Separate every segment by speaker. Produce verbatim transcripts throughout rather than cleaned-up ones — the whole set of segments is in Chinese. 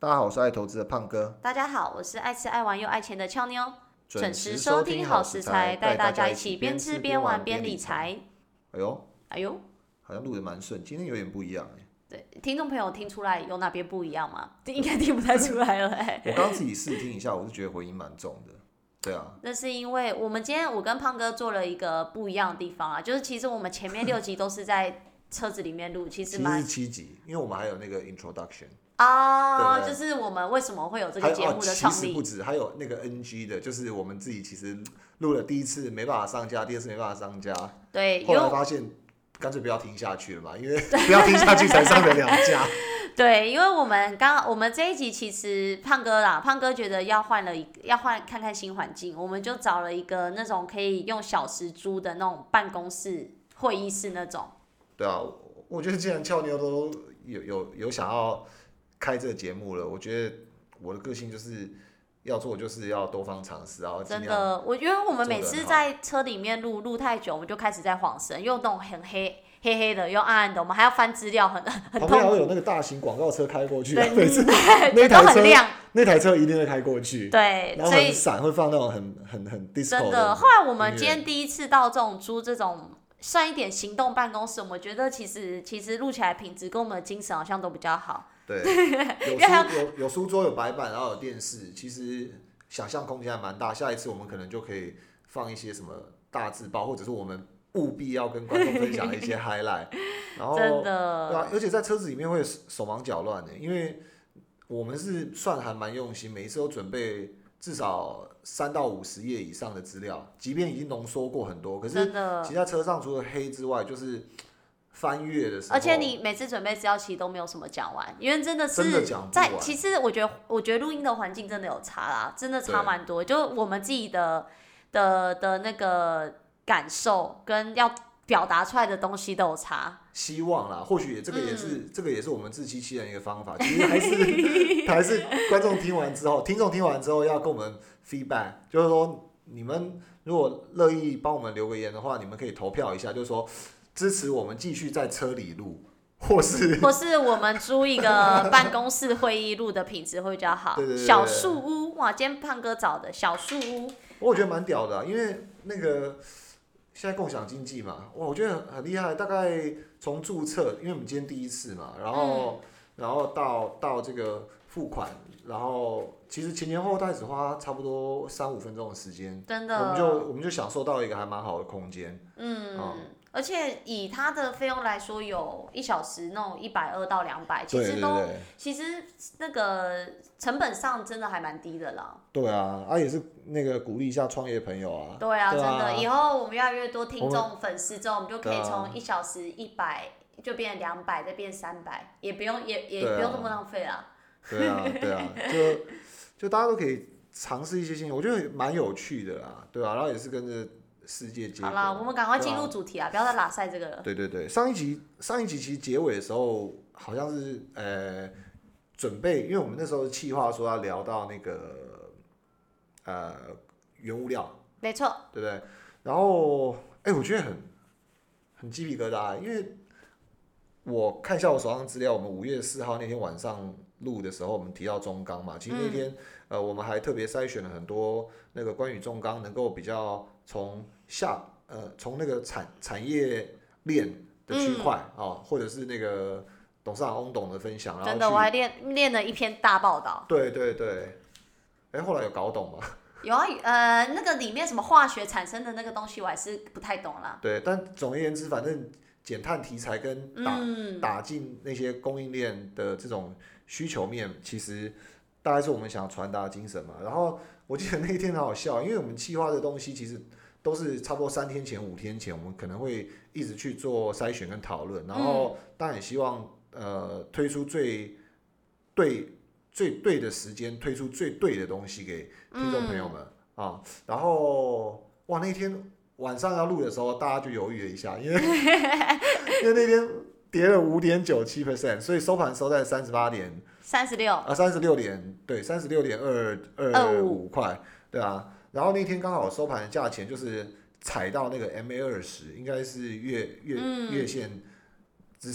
Speaker 1: 大家好，我是爱投资的胖哥。
Speaker 2: 大家好，我是爱吃爱玩又爱钱的俏妞。
Speaker 1: 准
Speaker 2: 时收听好食材，带大家一起边吃边玩边理财。
Speaker 1: 哎呦，
Speaker 2: 哎呦，
Speaker 1: 好像录得蛮顺，今天有点不一样哎。
Speaker 2: 对，听众朋友听出来有哪边不一样吗？应该听不太出来了哎。
Speaker 1: 我刚自己试听一下，我是觉得回音蛮重的。对啊，
Speaker 2: 那是因为我们今天我跟胖哥做了一个不一样的地方啊，就是其实我们前面六集都是在车子里面录，其实蛮
Speaker 1: 其实是七集，因为我们还有那个 introduction。
Speaker 2: 啊、
Speaker 1: 对对
Speaker 2: 就是我们为什么会有这个节目的创立？
Speaker 1: 哦、其实不止，还有那个 N G 的，就是我们自己其实录了第一次没办法上架，第二次没办法上架，
Speaker 2: 对，
Speaker 1: 后来发现干脆不要听下去了嘛，因为不要听下去才上得了架。
Speaker 2: 对，因为我们刚我们这一集其实胖哥啦，胖哥觉得要换了一要换看看新环境，我们就找了一个那种可以用小时租的那种办公室会议室那种。
Speaker 1: 对啊，我觉得既然俏妞都有有有想要开这个节目了，我觉得我的个性就是要做就是要多方尝试，然后
Speaker 2: 真的，我觉得我们每次在车里面录录太久，我们就开始在晃神，用那种很黑。黑黑的，用暗暗的，我们还要翻资料，很很痛苦。
Speaker 1: 旁边还会有那个大型广告车开过去，
Speaker 2: 对，
Speaker 1: 每次
Speaker 2: 那台车
Speaker 1: 那台车一定会开过去，
Speaker 2: 对，
Speaker 1: 然后很闪，会放那种很很很 disco 的。
Speaker 2: 真的，后来我们今天第一次到这种租这种算一点行动办公室，我们觉得其实其实录起来品质跟我们的精神好像都比较好。
Speaker 1: 对，有书有有书桌有白板，然后有电视，其实想象空间还蛮大。下一次我们可能就可以放一些什么大字报，或者是我们务必要跟观众分享的一些 highlight。然后，
Speaker 2: 真的，
Speaker 1: 对啊，而且在车子里面会手忙脚乱的，因为我们是算还蛮用心，每一次都准备至少三到五十页以上的资料，即便已经浓缩过很多，可是其实在车上除了黑之外，就是翻阅的时候，
Speaker 2: 而且你每次准备资料其实都没有什么讲完，因为真的是
Speaker 1: 真的讲不
Speaker 2: 在，
Speaker 1: 完
Speaker 2: 其实我觉得，我觉得录音的环境真的有差啦，真的差蛮多，就我们自己的的的那个感受跟要表达出来的东西都有差。
Speaker 1: 希望啦，或许这个也是、嗯、这个也是我们自欺欺人一个方法。其实还是还是观众听完之后，听众听完之后要跟我们 feedback， 就是说你们如果乐意帮我们留个言的话，你们可以投票一下，就是说支持我们继续在车里录，或是
Speaker 2: 或是我们租一个办公室会议录的品质会比较好。
Speaker 1: 对对对对
Speaker 2: 小树屋，哇，今天胖哥找的小树屋，
Speaker 1: 我觉得蛮屌的、啊，因为那个。现在共享经济嘛，哇，我觉得很厉害。大概从注册，因为我们今天第一次嘛，然后、嗯、然后到到这个付款，然后其实前前后后大概只花差不多三五分钟的时间，
Speaker 2: 真的，
Speaker 1: 我们就我们就享受到一个还蛮好的空间。
Speaker 2: 嗯，
Speaker 1: 嗯
Speaker 2: 而且以它的费用来说，有一小时那种一百二到两百，其实都
Speaker 1: 对对对
Speaker 2: 其实那个成本上真的还蛮低的啦。
Speaker 1: 对啊，啊也是那个鼓励一下创业朋友啊。
Speaker 2: 对啊，
Speaker 1: 对啊
Speaker 2: 真的，以后我们越来越多听众粉丝之后，我们就可以从一小时一百就变两百，再变三百，也不用也也不用那么浪费啦。
Speaker 1: 对啊，对啊，就就大家都可以尝试一些新鲜，我觉得蛮有趣的啦，对啊，然后也是跟着。世界结合。
Speaker 2: 好啦，我们赶快进入主题啦，啊、不要再拉塞这个了。
Speaker 1: 对对对，上一集上一集其实结尾的时候，好像是呃准备，因为我们那时候企划说要聊到那个呃原物料，
Speaker 2: 没错，
Speaker 1: 对不对？然后哎、欸，我觉得很很鸡皮疙瘩，因为我看一下我手上资料，我们五月四号那天晚上录的时候，我们提到中钢嘛，其实那天、嗯、呃我们还特别筛选了很多那个关于中钢能够比较从下呃，从那个产产业链的区块啊、嗯哦，或者是那个董事长翁董的分享，然后
Speaker 2: 真的，我还练练了一篇大报道。
Speaker 1: 对对对，哎，后来有搞懂吗？
Speaker 2: 有啊，呃，那个里面什么化学产生的那个东西，我还是不太懂啦。
Speaker 1: 对，但总而言之，反正减碳题材跟打、嗯、打进那些供应链的这种需求面，其实大概是我们想要传达的精神嘛。然后我记得那一天很好笑，因为我们企划的东西其实。都是差不多三天前、五天前，我们可能会一直去做筛选跟讨论，然后当然也希望呃推出最对最对的时间，推出最对的东西给听众朋友们、嗯、啊。然后哇，那天晚上要录的时候，大家就犹豫了一下，因为因为那天跌了五点九七 percent， 所以收盘收在三十八点
Speaker 2: 三十六
Speaker 1: 啊，三十六点对，三十六点二二五块，对啊。然后那天刚好收盘的价钱就是踩到那个 M A 二十，应该是月月、嗯、月线之上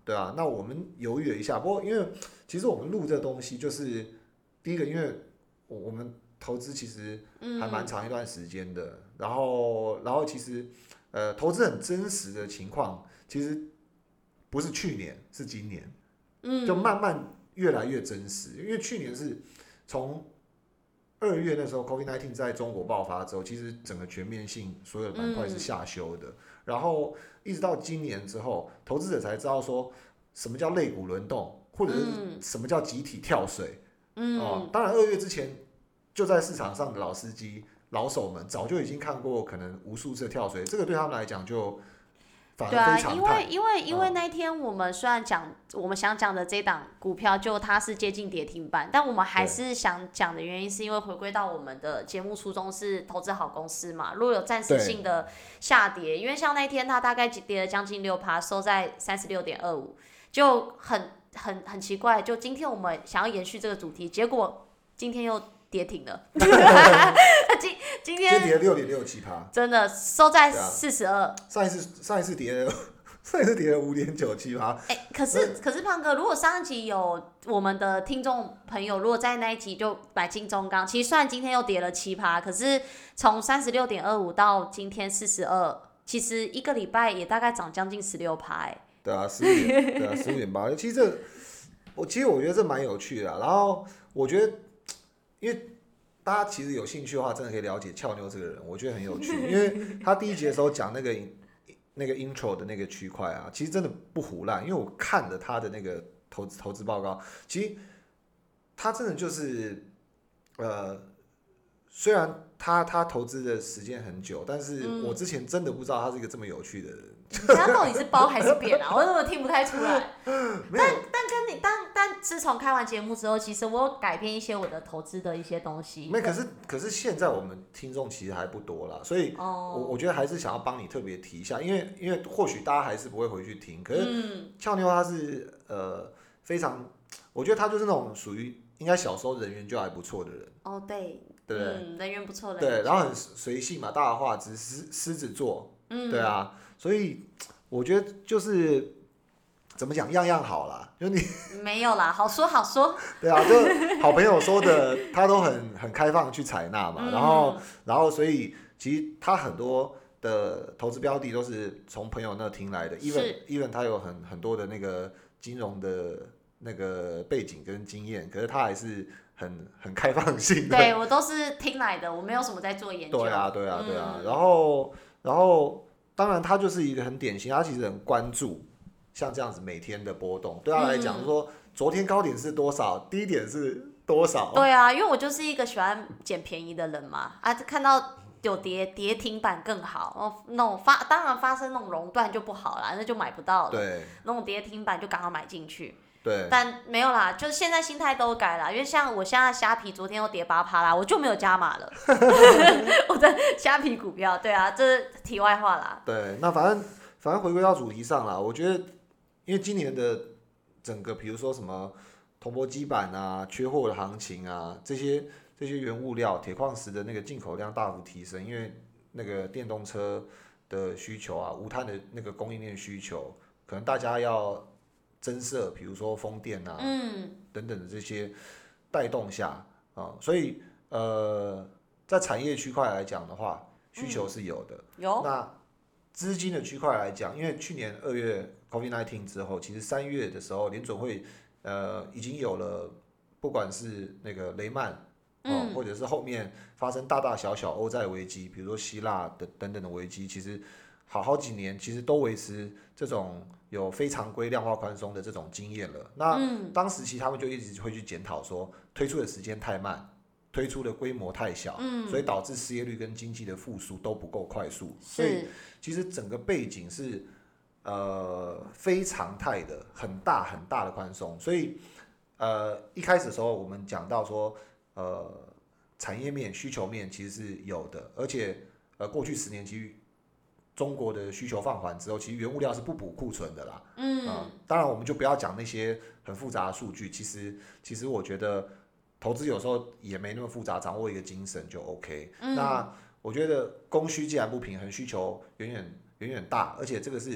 Speaker 1: 对啊，那我们犹豫了一下，不过因为其实我们录这东西就是第一个，因为我我们投资其实还蛮长一段时间的，嗯、然后然后其实呃投资很真实的情况，其实不是去年是今年，嗯，就慢慢越来越真实，因为去年是从二月那时候 COVID 十九 在中国爆发之后，其实整个全面性所有的板块是下修的，嗯、然后一直到今年之后，投资者才知道说什么叫类股轮动，或者是什么叫集体跳水。嗯，哦，当然二月之前就在市场上的老司机、老手们早就已经看过可能无数次的跳水，这个对他们来讲就反而非常
Speaker 2: 对啊，因为因为因为那天我们虽然讲、嗯、我们想讲的这档股票，就它是接近跌停板，但我们还是想讲的原因是因为回归到我们的节目初衷是投资好公司嘛。如果有暂时性的下跌，因为像那天它大概跌了将近六趴，收在三十六点二五，就很很很奇怪。就今天我们想要延续这个主题，结果今天又跌停了。今今天
Speaker 1: 跌了六点六七趴，
Speaker 2: 真的收在四十二。
Speaker 1: 上一次上一次跌了，上一次跌了五点九七趴。
Speaker 2: 哎，可是可是胖哥，如果上一集有我们的听众朋友，如果在那一集就买进中钢，其实虽然今天又跌了七趴，可是从三十六点二五到今天四十二，其实一个礼拜也大概涨将近十六趴。哎，
Speaker 1: 对啊，十五点，对啊，十五点八。其实这我其实我觉得这蛮有趣的啦，然后我觉得因为。大家其实有兴趣的话，真的可以了解俏妞这个人，我觉得很有趣，因为他第一集的时候讲那个那个 intro 的那个区块啊，其实真的不胡乱，因为我看了他的那个投资投资报告，其实他真的就是呃，虽然他他投资的时间很久，但是我之前真的不知道他是一个这么有趣的人。
Speaker 2: 他到底是包还是扁啊？我怎么听不太出来？但但跟你但但自从开完节目之后，其实我有改变一些我的投资的一些东西。
Speaker 1: 没，可是可是现在我们听众其实还不多啦，所以我我觉得还是想要帮你特别提一下，因为因为或许大家还是不会回去听，可是俏妞她是呃非常，我觉得她就是那种属于应该小时候人缘就还不错的人。
Speaker 2: 哦，对，
Speaker 1: 对不对？
Speaker 2: 嗯，人缘不错的。
Speaker 1: 对，然后很随性嘛，大而化之，狮狮子座，嗯，对啊，所以我觉得就是怎么讲，样样好啦，就你
Speaker 2: 没有啦，好说好说。
Speaker 1: 对啊，就好朋友说的，他都很很开放去采纳嘛，嗯、然后然后所以其实他很多的投资标的都是从朋友那听来的 ，even even 他有很很多的那个金融的那个背景跟经验，可是他还是。很很开放性的，
Speaker 2: 对我都是听来的，我没有什么在做研究。
Speaker 1: 对啊，对啊，对啊。嗯、然后，然后，当然他就是一个很典型，他其实很关注像这样子每天的波动。对他来讲，说、嗯、昨天高点是多少，低点是多少。
Speaker 2: 对啊，因为我就是一个喜欢捡便宜的人嘛。啊，看到有跌跌停板更好，哦，那种发当然发生那种熔断就不好啦，那就买不到了。
Speaker 1: 对，
Speaker 2: 那种跌停板就刚好买进去。
Speaker 1: 对，
Speaker 2: 但没有啦，就是现在心态都改了，因为像我现在虾皮昨天又跌八趴啦，我就没有加码了。我的虾皮股票，对啊，这是题外话啦。
Speaker 1: 对，那反正反正回归到主题上啦，我觉得因为今年的整个，比如说什么铜箔基板啊、缺货的行情啊，这些这些原物料、铁矿石的那个进口量大幅提升，因为那个电动车的需求啊、无碳的那个供应链需求，可能大家要。增设，比如说风电啊，嗯，等等的这些带动下啊，所以呃，在产业区块来讲的话，需求是有的。
Speaker 2: 嗯、有。
Speaker 1: 那资金的区块来讲，因为去年二月 COVID 十九 之后，其实三月的时候，联准会呃已经有了，不管是那个雷曼，哦、嗯，或者是后面发生大大小小欧债危机，比如说希腊的等等的危机，其实好好几年其实都维持这种。有非常规量化宽松的这种经验了，那、嗯、当时其实他们就一直会去检讨说，推出的时间太慢，推出的规模太小，嗯、所以导致失业率跟经济的复苏都不够快速，所以其实整个背景是呃非常态的很大很大的宽松，所以呃一开始的时候我们讲到说，呃产业面需求面其实是有的，而且呃过去十年其实。中国的需求放缓之后，其实原物料是不补库存的啦。嗯、呃，当然我们就不要讲那些很复杂的数据。其实，其实我觉得投资有时候也没那么复杂，掌握一个精神就 OK。嗯、那我觉得供需既然不平衡，需求远远远远大，而且这个是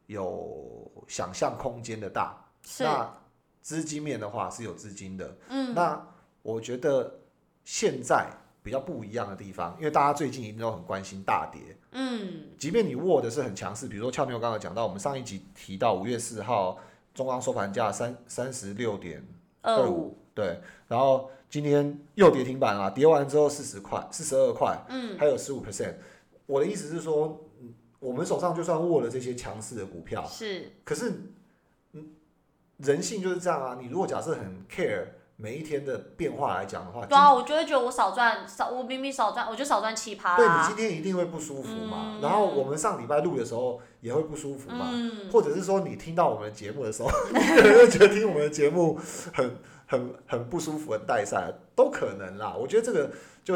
Speaker 1: 有想象空间的大。
Speaker 2: 是。
Speaker 1: 那资金面的话是有资金的。
Speaker 2: 嗯。
Speaker 1: 那我觉得现在比较不一样的地方，因为大家最近一定都很关心大跌。
Speaker 2: 嗯。
Speaker 1: 即便你握的是很强势，比如说俏妞刚刚讲到，我们上一集提到五月四号中钢收盘价三三十六点二五，对，然后今天又跌停板了，跌完之后四十块、四十二块，嗯，还有十五 percent。我的意思是说，我们手上就算握了这些强势的股票，
Speaker 2: 是，
Speaker 1: 可是，嗯，人性就是这样啊。你如果假设很 care 每一天的变化来讲的话，
Speaker 2: 对啊，我就会觉得我少赚少，我明明少赚，我就少赚七趴啦。
Speaker 1: 对，你今天一定会不舒服嘛。嗯、然后我们上礼拜录的时候也会不舒服嘛，嗯、或者是说你听到我们的节目的时候，你可能会觉得听我们的节目很很很不舒服、很带赛，都可能啦。我觉得这个就是，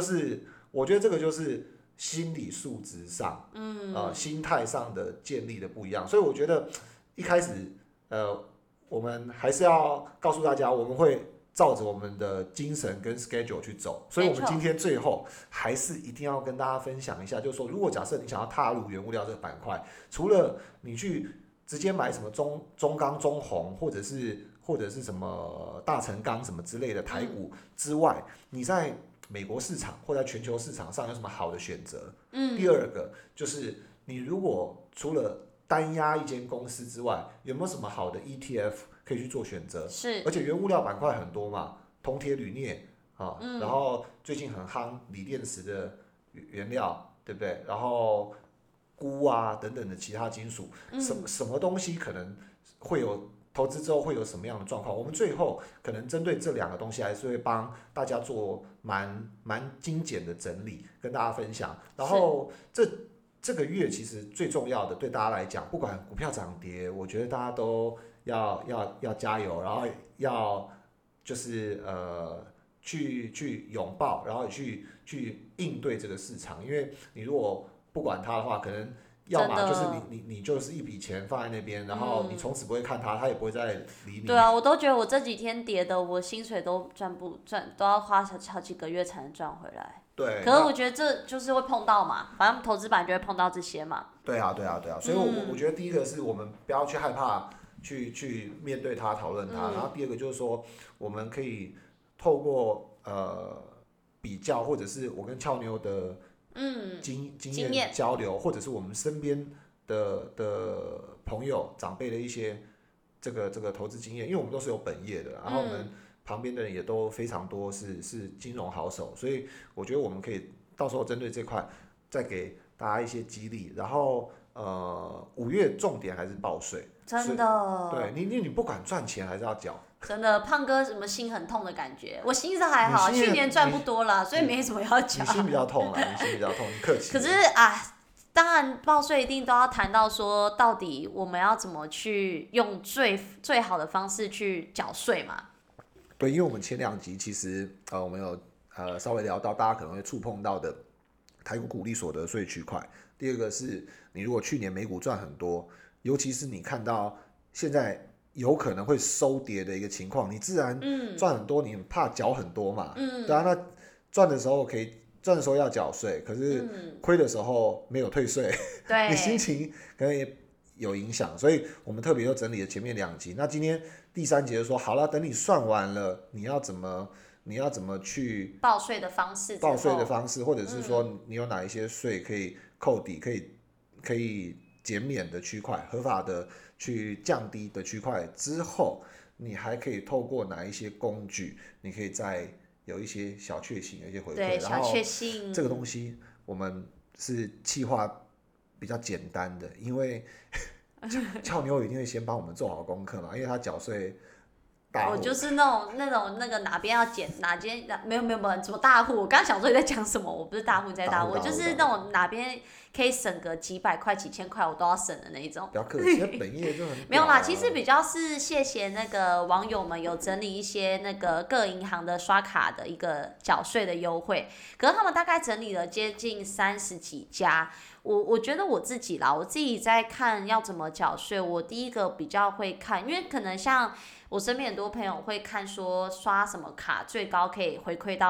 Speaker 1: 我觉得这个就是心理素质上，嗯，呃，心态上的建立的不一样。所以我觉得一开始，呃，我们还是要告诉大家，我们会照着我们的精神跟 schedule 去走，所以我们今天最后还是一定要跟大家分享一下，就是说，如果假设你想要踏入原物料这个板块，除了你去直接买什么中中钢、中红，或者是或者是什么大成钢什么之类的台股之外，你在美国市场或在全球市场上有什么好的选择？嗯，第二个就是你如果除了单押一间公司之外，有没有什么好的 E T F？可以去做选择，
Speaker 2: 是，
Speaker 1: 而且原物料板块很多嘛，铜铁铝镍啊，嗯、然后最近很夯锂电池的原料，对不对？然后钴啊等等的其他金属，嗯、什什么东西可能会有投资之后会有什么样的状况？我们最后可能针对这两个东西，还是会帮大家做蛮蛮精简的整理，跟大家分享。然后这这个月其实最重要的，对大家来讲，不管股票涨跌，我觉得大家都要要要加油，然后要就是呃去去拥抱，然后去去应对这个市场，因为你如果不管它的话，可能要么就是你你你就是一笔钱放在那边，然后你从此不会看它，它也不会再理你。
Speaker 2: 对啊，我都觉得我这几天跌的，我薪水都赚不赚，都要花好几个月才能赚回来。
Speaker 1: 对，
Speaker 2: 可是我觉得这就是会碰到嘛，反正投资版就会碰到这些嘛。
Speaker 1: 对啊，对啊，对啊，所以我，我、嗯、我觉得第一个是我们不要去害怕去去面对它、讨论它，嗯、然后第二个就是说，我们可以透过呃比较，或者是我跟俏妞的嗯经经验交流，或者是我们身边的的朋友长辈的一些这个这个投资经验，因为我们都是有本业的，然后我们。嗯旁边的人也都非常多是，是是金融好手，所以我觉得我们可以到时候针对这块再给大家一些激励。然后呃，五月重点还是报税，
Speaker 2: 真的。
Speaker 1: 对你，你你不管赚钱还是要缴。
Speaker 2: 真的，胖哥什么心很痛的感觉？我心是还好，去年赚不多了，所以没什么要缴。
Speaker 1: 你心比较痛啊，你心比较痛，你客气。
Speaker 2: 可是啊。当然，报税一定都要谈到说，到底我们要怎么去用最最好的方式去缴税嘛？
Speaker 1: 对，因为我们前两集其实呃，我们有呃稍微聊到大家可能会触碰到的台股股利所得税区块。第二个是你如果去年美股赚很多，尤其是你看到现在有可能会收跌的一个情况，你自然赚很多，你怕缴很多嘛。嗯，对啊，那赚的时候可以赚的时候要缴税，可是亏的时候没有退税，
Speaker 2: 对，
Speaker 1: 你心情可能也有影响，所以我们特别又整理了前面两集。那今天第三节就说好了，等你算完了，你要怎么你要怎么去
Speaker 2: 报税的方式，
Speaker 1: 报税的方式，或者是说你有哪一些税可以扣抵，可以可以减免的区块，合法的去降低的区块之后，你还可以透过哪一些工具，你可以再有一些小确幸，有一些回馈。
Speaker 2: 对，小确幸。
Speaker 1: 这个东西我们是企划比较简单的，因为俏妞一定会先帮我们做好功课嘛，因为他缴税大户。
Speaker 2: 我就是那种那种那个哪边要减哪间没有没有没有什么大户，我刚刚想说你在讲什么，我不是大户在大户，我就是那种哪边可以省个几百块几千块我都要省的那一种。
Speaker 1: 不要客气，本业就很、啊、
Speaker 2: 没有啦，其实比较是谢谢那个网友们有整理一些那个各银行的刷卡的一个缴税的优惠，可是他们大概整理了接近三十几家。我我觉得我自己啦，我自己在看要怎么缴税，我第一个比较会看，因为可能像我身边很多朋友会看说刷什么卡最高可以回馈到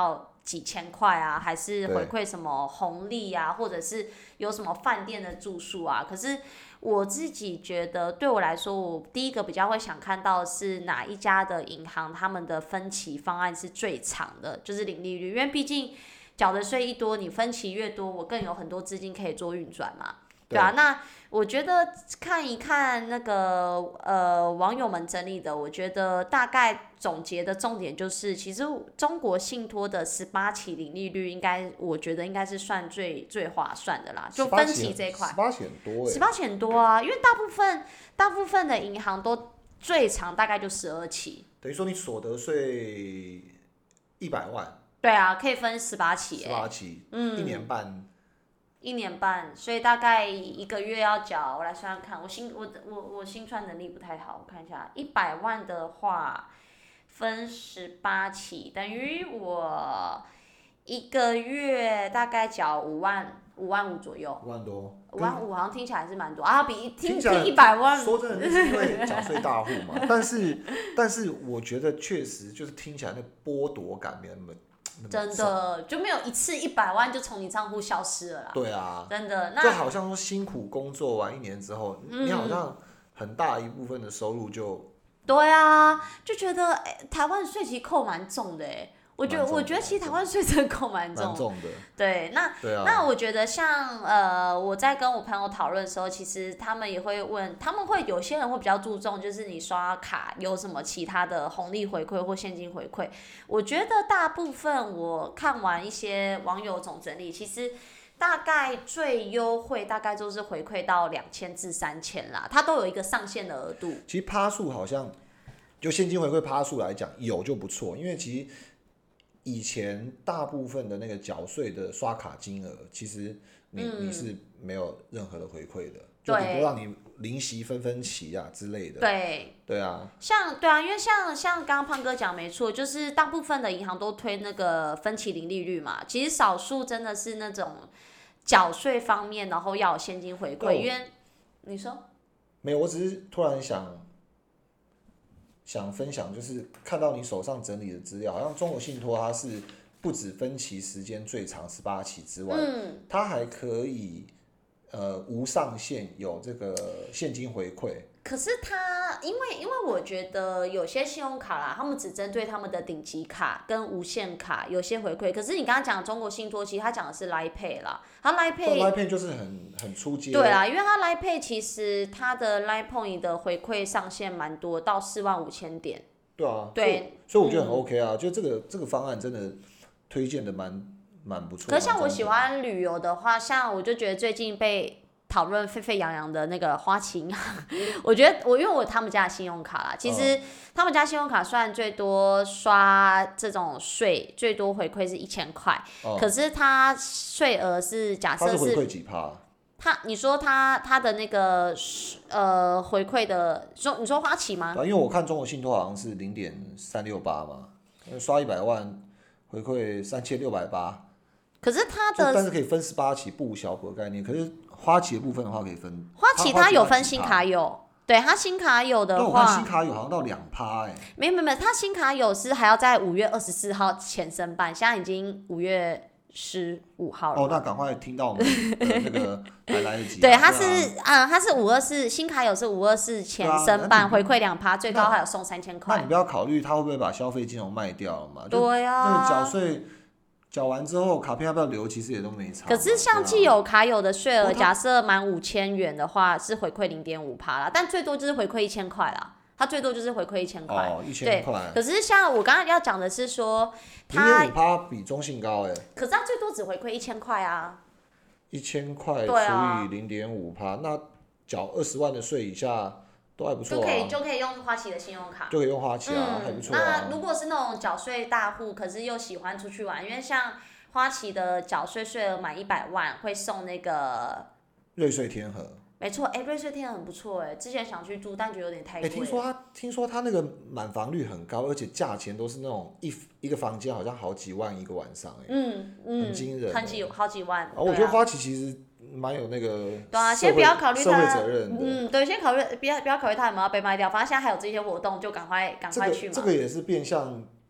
Speaker 2: 几千块啊，还是回馈什么红利啊，或者是有什么饭店的住宿啊。可是我自己觉得，对我来说，我第一个比较会想看到的是哪一家的银行他们的分期方案是最长的，就是零利率，因为毕竟缴的税一多，你分期越多，我更有很多资金可以做运转嘛。对啊，那我觉得看一看那个呃网友们整理的，我觉得大概总结的重点就是，其实中国信托的十八期零利率应该，我觉得应该是算最最划算的啦，就分期这一块。
Speaker 1: 十八期很多哎。
Speaker 2: 十八期很多啊，因为大部分大部分的银行都最长大概就十二期。
Speaker 1: 等于说你所得税一百万。
Speaker 2: 对啊，可以分十八期、欸。
Speaker 1: 十八期，
Speaker 2: 嗯，
Speaker 1: 一年半。
Speaker 2: 一年半，所以大概一个月要缴，我来算算看，我心我我我心算能力不太好，我看一下，一百万的话分十八期，等于我一个月大概缴五万五万五左右。
Speaker 1: 五万多。
Speaker 2: 五万五好像听起来还是蛮多啊，比听
Speaker 1: 听
Speaker 2: 一百万。
Speaker 1: 说真的，那是因为缴税大户嘛，但是但是我觉得确实就是听起来那剥夺感没那么。
Speaker 2: 真的就没有一次一百万就从你账户消失了啦。
Speaker 1: 对啊，
Speaker 2: 真的，那
Speaker 1: 就好像说辛苦工作完一年之后，嗯、你好像很大一部分的收入就。
Speaker 2: 对啊，就觉得、欸、台湾税其实扣蛮重的哎、欸。我觉得，我觉得其实台湾税真的扣蛮重，
Speaker 1: 重的。
Speaker 2: 对，那
Speaker 1: 对、啊、
Speaker 2: 那我觉得像呃，我在跟我朋友讨论的时候，其实他们也会问，他们会有些人会比较注重，就是你刷卡有什么其他的红利回馈或现金回馈。我觉得大部分我看完一些网友总整理，其实大概最优惠大概就是回馈到两千至三千啦，它都有一个上限的额度。
Speaker 1: 其实趴数好像就现金回馈趴数来讲有就不错，因为其实。以前大部分的那个缴税的刷卡金额，其实你、嗯、你是没有任何的回馈的，就顶多让你零息分分期啊之类的。
Speaker 2: 对，
Speaker 1: 对啊，
Speaker 2: 像对啊，因为像像刚刚胖哥讲没错，就是大部分的银行都推那个分期零利率嘛，其实少数真的是那种缴税方面，然后要有现金回馈，因为你说
Speaker 1: 没有，我只是突然想。想分享就是看到你手上整理的资料，好像中国信托它是不止分期时间最长十八期之外，嗯，它还可以呃无上限有这个现金回馈。
Speaker 2: 可是它因为因为我觉得有些信用卡啦，他们只针对他们的顶级卡跟无限卡有些回馈。可是你刚刚讲的中国信托，其实它讲的是 Line Pay 啦，它 Line Pay，Line
Speaker 1: Pay 就是很很初阶。
Speaker 2: 对啦，因为它 Line Pay 其实它的 Line Point 的回馈上限蛮多，到四万五千点。
Speaker 1: 对啊，
Speaker 2: 对，
Speaker 1: 所以我觉得很 OK 啊，嗯、就这个这个方案真的推荐的蛮蛮不错。
Speaker 2: 可是像我喜欢旅游的话，像我就觉得最近被。讨论沸沸扬扬的那个花旗银行，我觉得我因为我有他们家的信用卡啦，其实他们家信用卡虽然最多刷这种税，最多回馈是一千块，哦、可是它税额是假设是，
Speaker 1: 它是回馈几趴？
Speaker 2: 他你说他他的那个呃回馈的，说你说花旗吗？
Speaker 1: 因为我看中国信托好像是零点三六八嘛，刷一百万回馈三千六百八。
Speaker 2: 可是它的，
Speaker 1: 但是可以分十八期，不无小补的概念。可是花旗的部分的话，可以分。
Speaker 2: 花旗它有分新卡友，对它新卡友的话，但
Speaker 1: 我看新卡友好像到两趴哎。
Speaker 2: 没有没有没有，它新卡友是还要在五月二十四号前申办，现在已经五月十五号了。
Speaker 1: 哦，那赶快听到我们的那个还来得及。
Speaker 2: 对，它是啊，它是五二四新卡友是五二四前申办，回馈两趴，最高还有送三千块。
Speaker 1: 那你不要考虑他会不会把消费金融卖掉了嘛？
Speaker 2: 对呀，
Speaker 1: 那个缴税。缴完之后，卡片要不要留，其实也都没差。
Speaker 2: 可是像既有卡友的税额，假设满五千元的话，是回馈零点五趴啦，但最多就是回馈一千块啦。它最多就是回馈一千块。
Speaker 1: 哦，一千块。
Speaker 2: 可是像我刚刚要讲的是说，它
Speaker 1: 零点五趴比中信高哎。
Speaker 2: 可是它最多只回馈一千块啊。
Speaker 1: 一千块除以零点五趴，那缴二十万的税以下。都还不错、啊、
Speaker 2: 就可以就可以用花旗的信用卡，
Speaker 1: 就可以用花旗啊，嗯、还不错、
Speaker 2: 啊。那如果是那种缴税大户，可是又喜欢出去玩，因为像花旗的缴税税额满一百万会送那个
Speaker 1: 瑞穗天河。
Speaker 2: 没错，哎、欸，瑞穗天河很不错哎，之前想去住，但觉得有点太贵。哎、
Speaker 1: 欸，听说他听说他那个满房率很高，而且价钱都是那种一一个房间好像好几万一个晚上哎，
Speaker 2: 嗯嗯，
Speaker 1: 很惊人，
Speaker 2: 很几好几万。
Speaker 1: 啊、我觉得花旗其实。蛮有那个
Speaker 2: 对啊，先不要考虑
Speaker 1: 他责任的，
Speaker 2: 嗯，对，先考虑不要不要考虑他有没有被卖掉，反正现在还有这些活动，就赶快赶快去嘛。
Speaker 1: 这个这个也是变相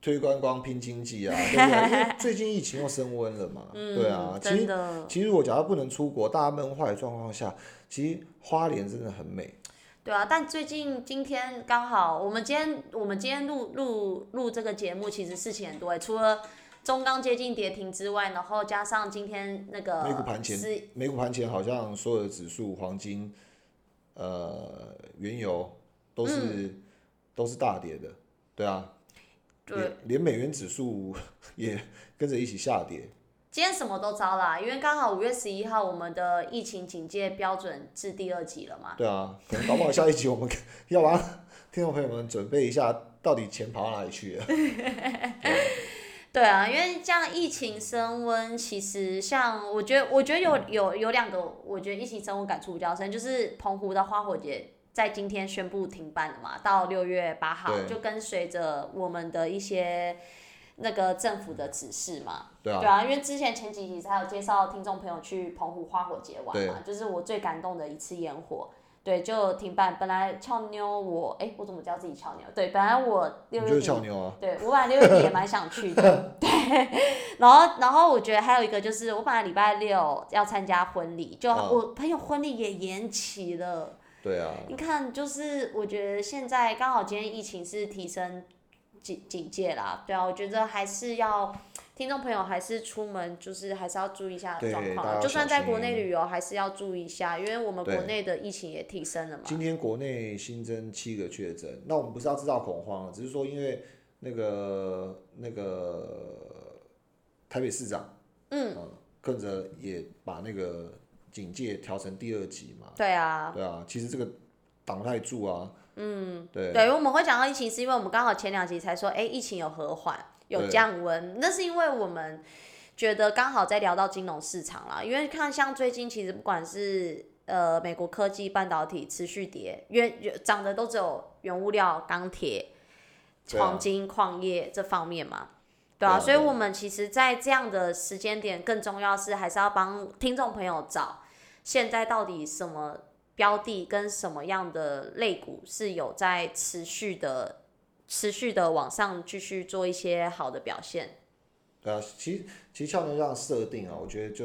Speaker 1: 推观光拼经济啊，对不对？因为最近疫情又升温了嘛，
Speaker 2: 嗯、
Speaker 1: 对啊。其实其实如果假如不能出国，大家闷坏的状况下，其实花莲真的很美。
Speaker 2: 对啊，但最近今天刚好，我们今天我们今天录录录这个节目，其实事情很多诶，除了中钢接近跌停之外，然后加上今天那个
Speaker 1: 美股盘前，美股盘前好像所有的指数，黄金、呃原油都是、嗯、都是大跌的，对啊，
Speaker 2: 对，
Speaker 1: 连连美元指数也跟着一起下跌。
Speaker 2: 今天什么都糟啦，因为刚好五月十一号我们的疫情警戒标准至第二级了嘛。
Speaker 1: 对啊，可能搞不好下一集我们要帮听众朋友们准备一下，到底钱跑到哪里去了。
Speaker 2: 对啊，因为这样疫情升温，其实像我觉得，我觉得有有有两个，我觉得疫情升温感触比较深，就是澎湖的花火节在今天宣布停办了嘛，到六月八号就跟随着我们的一些那个政府的指示嘛。
Speaker 1: 对啊。
Speaker 2: 对啊，因为之前前几集才有介绍听众朋友去澎湖花火节玩嘛，就是我最感动的一次烟火。对，就停办。本来俏妞我，哎、欸，我怎么叫自己俏妞？对，本来我六月底，
Speaker 1: 就是俏妞啊。
Speaker 2: 对，我本来六月底也蛮想去的。对，然后然后我觉得还有一个就是，我本来礼拜六要参加婚礼，就我朋友婚礼也延期了。
Speaker 1: 对啊。
Speaker 2: 你看，就是我觉得现在刚好今天疫情是提升警警戒啦，对啊，我觉得还是要。听众朋友还是出门就是还是要注意一下状况，就算在国内旅游还是要注意一下，因为我们国内的疫情也提升了嘛。
Speaker 1: 今天国内新增七个确诊，那我们不是要制造恐慌了，只是说因为那个那个台北市长，嗯，呃、跟着也把那个警戒调成第二级嘛。
Speaker 2: 对啊。
Speaker 1: 对啊，其实这个挡不太住啊。
Speaker 2: 嗯，
Speaker 1: 对。
Speaker 2: 对，我们会讲到疫情，是因为我们刚好前两集才说，哎、欸，疫情有和缓。有降温，那是因为我们觉得刚好在聊到金融市场啦，因为看像最近其实不管是呃美国科技半导体持续跌，原涨的都只有原物料、钢铁、黄金、矿业这方面嘛，对啊，所以我们其实，在这样的时间点，更重要是还是要帮听众朋友找现在到底什么标的跟什么样的类股是有在持续的。持续的往上继续做一些好的表现。
Speaker 1: 对啊，其实其实俏妞这样设定啊，我觉得就是，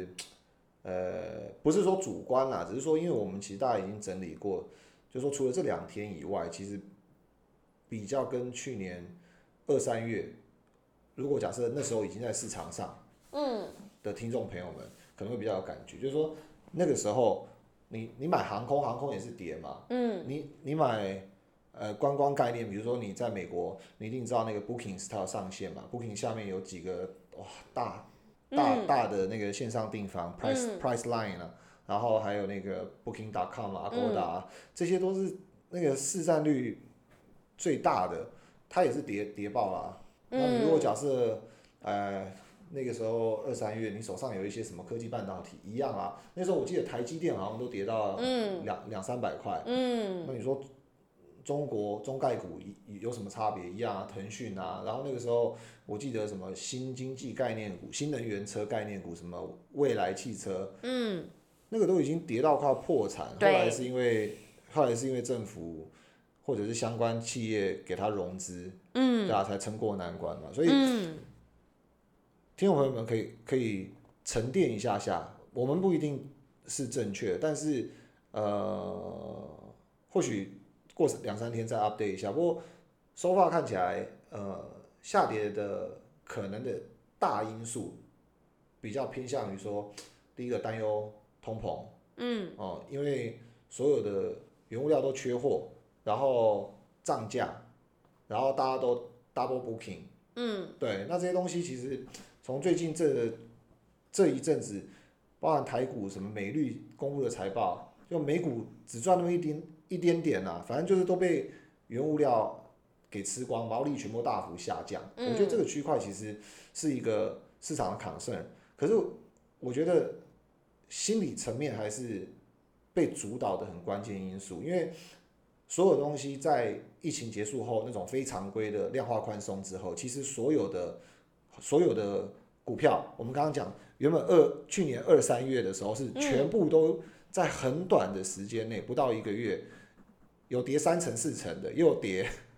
Speaker 1: 呃，不是说主观啦，只是说因为我们其实大家已经整理过，就说除了这两天以外，其实比较跟去年二三月，如果假设那时候已经在市场上，嗯，的听众朋友们可能会比较有感觉，就是说那个时候你你买航空，航空也是跌嘛，嗯，你你买。呃，观光概念，比如说你在美国，你一定知道那个 Booking 它有上线嘛 ，Booking 下面有几个哇大大大的那个线上订房、嗯、，Price Priceline 啊，然后还有那个 Booking dot com 啊 ，Agoda 啊，嗯、这些都是那个市占率最大的，它也是跌跌爆啦。嗯、那你如果假设呃那个时候二三月，你手上有一些什么科技半导体一样啊，那时候我记得台积电好像都跌到两两三百块，嗯，那你说。中国中概股有什么差别？一样啊，腾讯啊，然后那个时候我记得什么新经济概念股、新能源车概念股，什么未来汽车，嗯，那个都已经跌到快要破产。后来是因为后来是因为政府或者是相关企业给他融资，嗯，对啊，才撑过难关嘛。所以，嗯、听众朋友们可以可以沉淀一下下，我们不一定是正确，但是呃，或许。过两三天再 update 一下，不过 so far 看起来，呃，下跌的可能的大因素比较偏向于说，第一个担忧通膨，嗯，哦、呃，因为所有的原物料都缺货，然后涨价，然后大家都 double booking，嗯，对，那这些东西其实从最近这这一阵子，包含台股什么美绿公布的财报，就美股只赚那么一点。一点点啦、啊，反正就是都被原物料给吃光，毛利全部大幅下降。嗯、我觉得这个区块其实是一个市场的 concern， 可是我觉得心理层面还是被主导的很关键因素，因为所有东西在疫情结束后那种非常规的量化宽松之后，其实所有的所有的股票，我们刚刚讲原本二去年二三月的时候是全部都在很短的时间内，不到一个月。有跌三成四成的，也有跌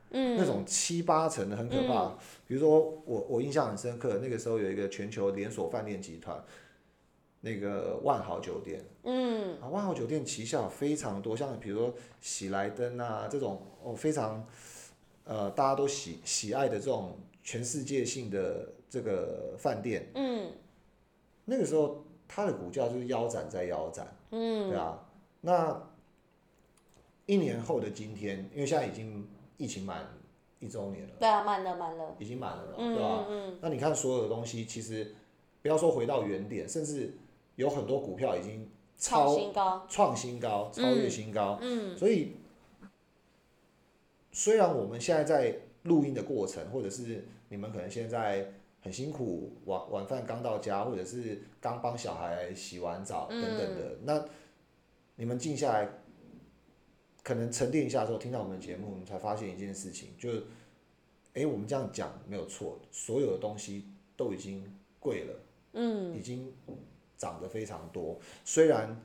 Speaker 2: 嗯，
Speaker 1: 那种七八成的很可怕。嗯、比如说我我印象很深刻，那个时候有一个全球连锁饭店集团，那个万豪酒店，
Speaker 2: 嗯，
Speaker 1: 啊，万豪酒店旗下有非常多，像比如说喜来登啊这种哦非常呃大家都喜喜爱的这种全世界性的这个饭店，
Speaker 2: 嗯，
Speaker 1: 那个时候它的股价就是腰斩在腰斩，
Speaker 2: 嗯，
Speaker 1: 对啊，那一年后的今天，因为现在已经疫情满一周年了，
Speaker 2: 对啊，满了满了，
Speaker 1: 已经满了嘛，
Speaker 2: 嗯、
Speaker 1: 对吧？
Speaker 2: 嗯，
Speaker 1: 那你看所有的东西，其实不要说回到原点，甚至有很多股票已经超
Speaker 2: 创新高，
Speaker 1: 创新高，超越新高，
Speaker 2: 嗯，
Speaker 1: 所以虽然我们现在在录音的过程，或者是你们可能现在很辛苦，晚晚饭刚到家，或者是刚帮小孩洗完澡等等的，
Speaker 2: 嗯、
Speaker 1: 那你们静下来，可能沉淀一下之后，听到我们的节目，你才发现一件事情，就是哎，我们这样讲没有错，所有的东西都已经贵了，
Speaker 2: 嗯，
Speaker 1: 已经涨得非常多。虽然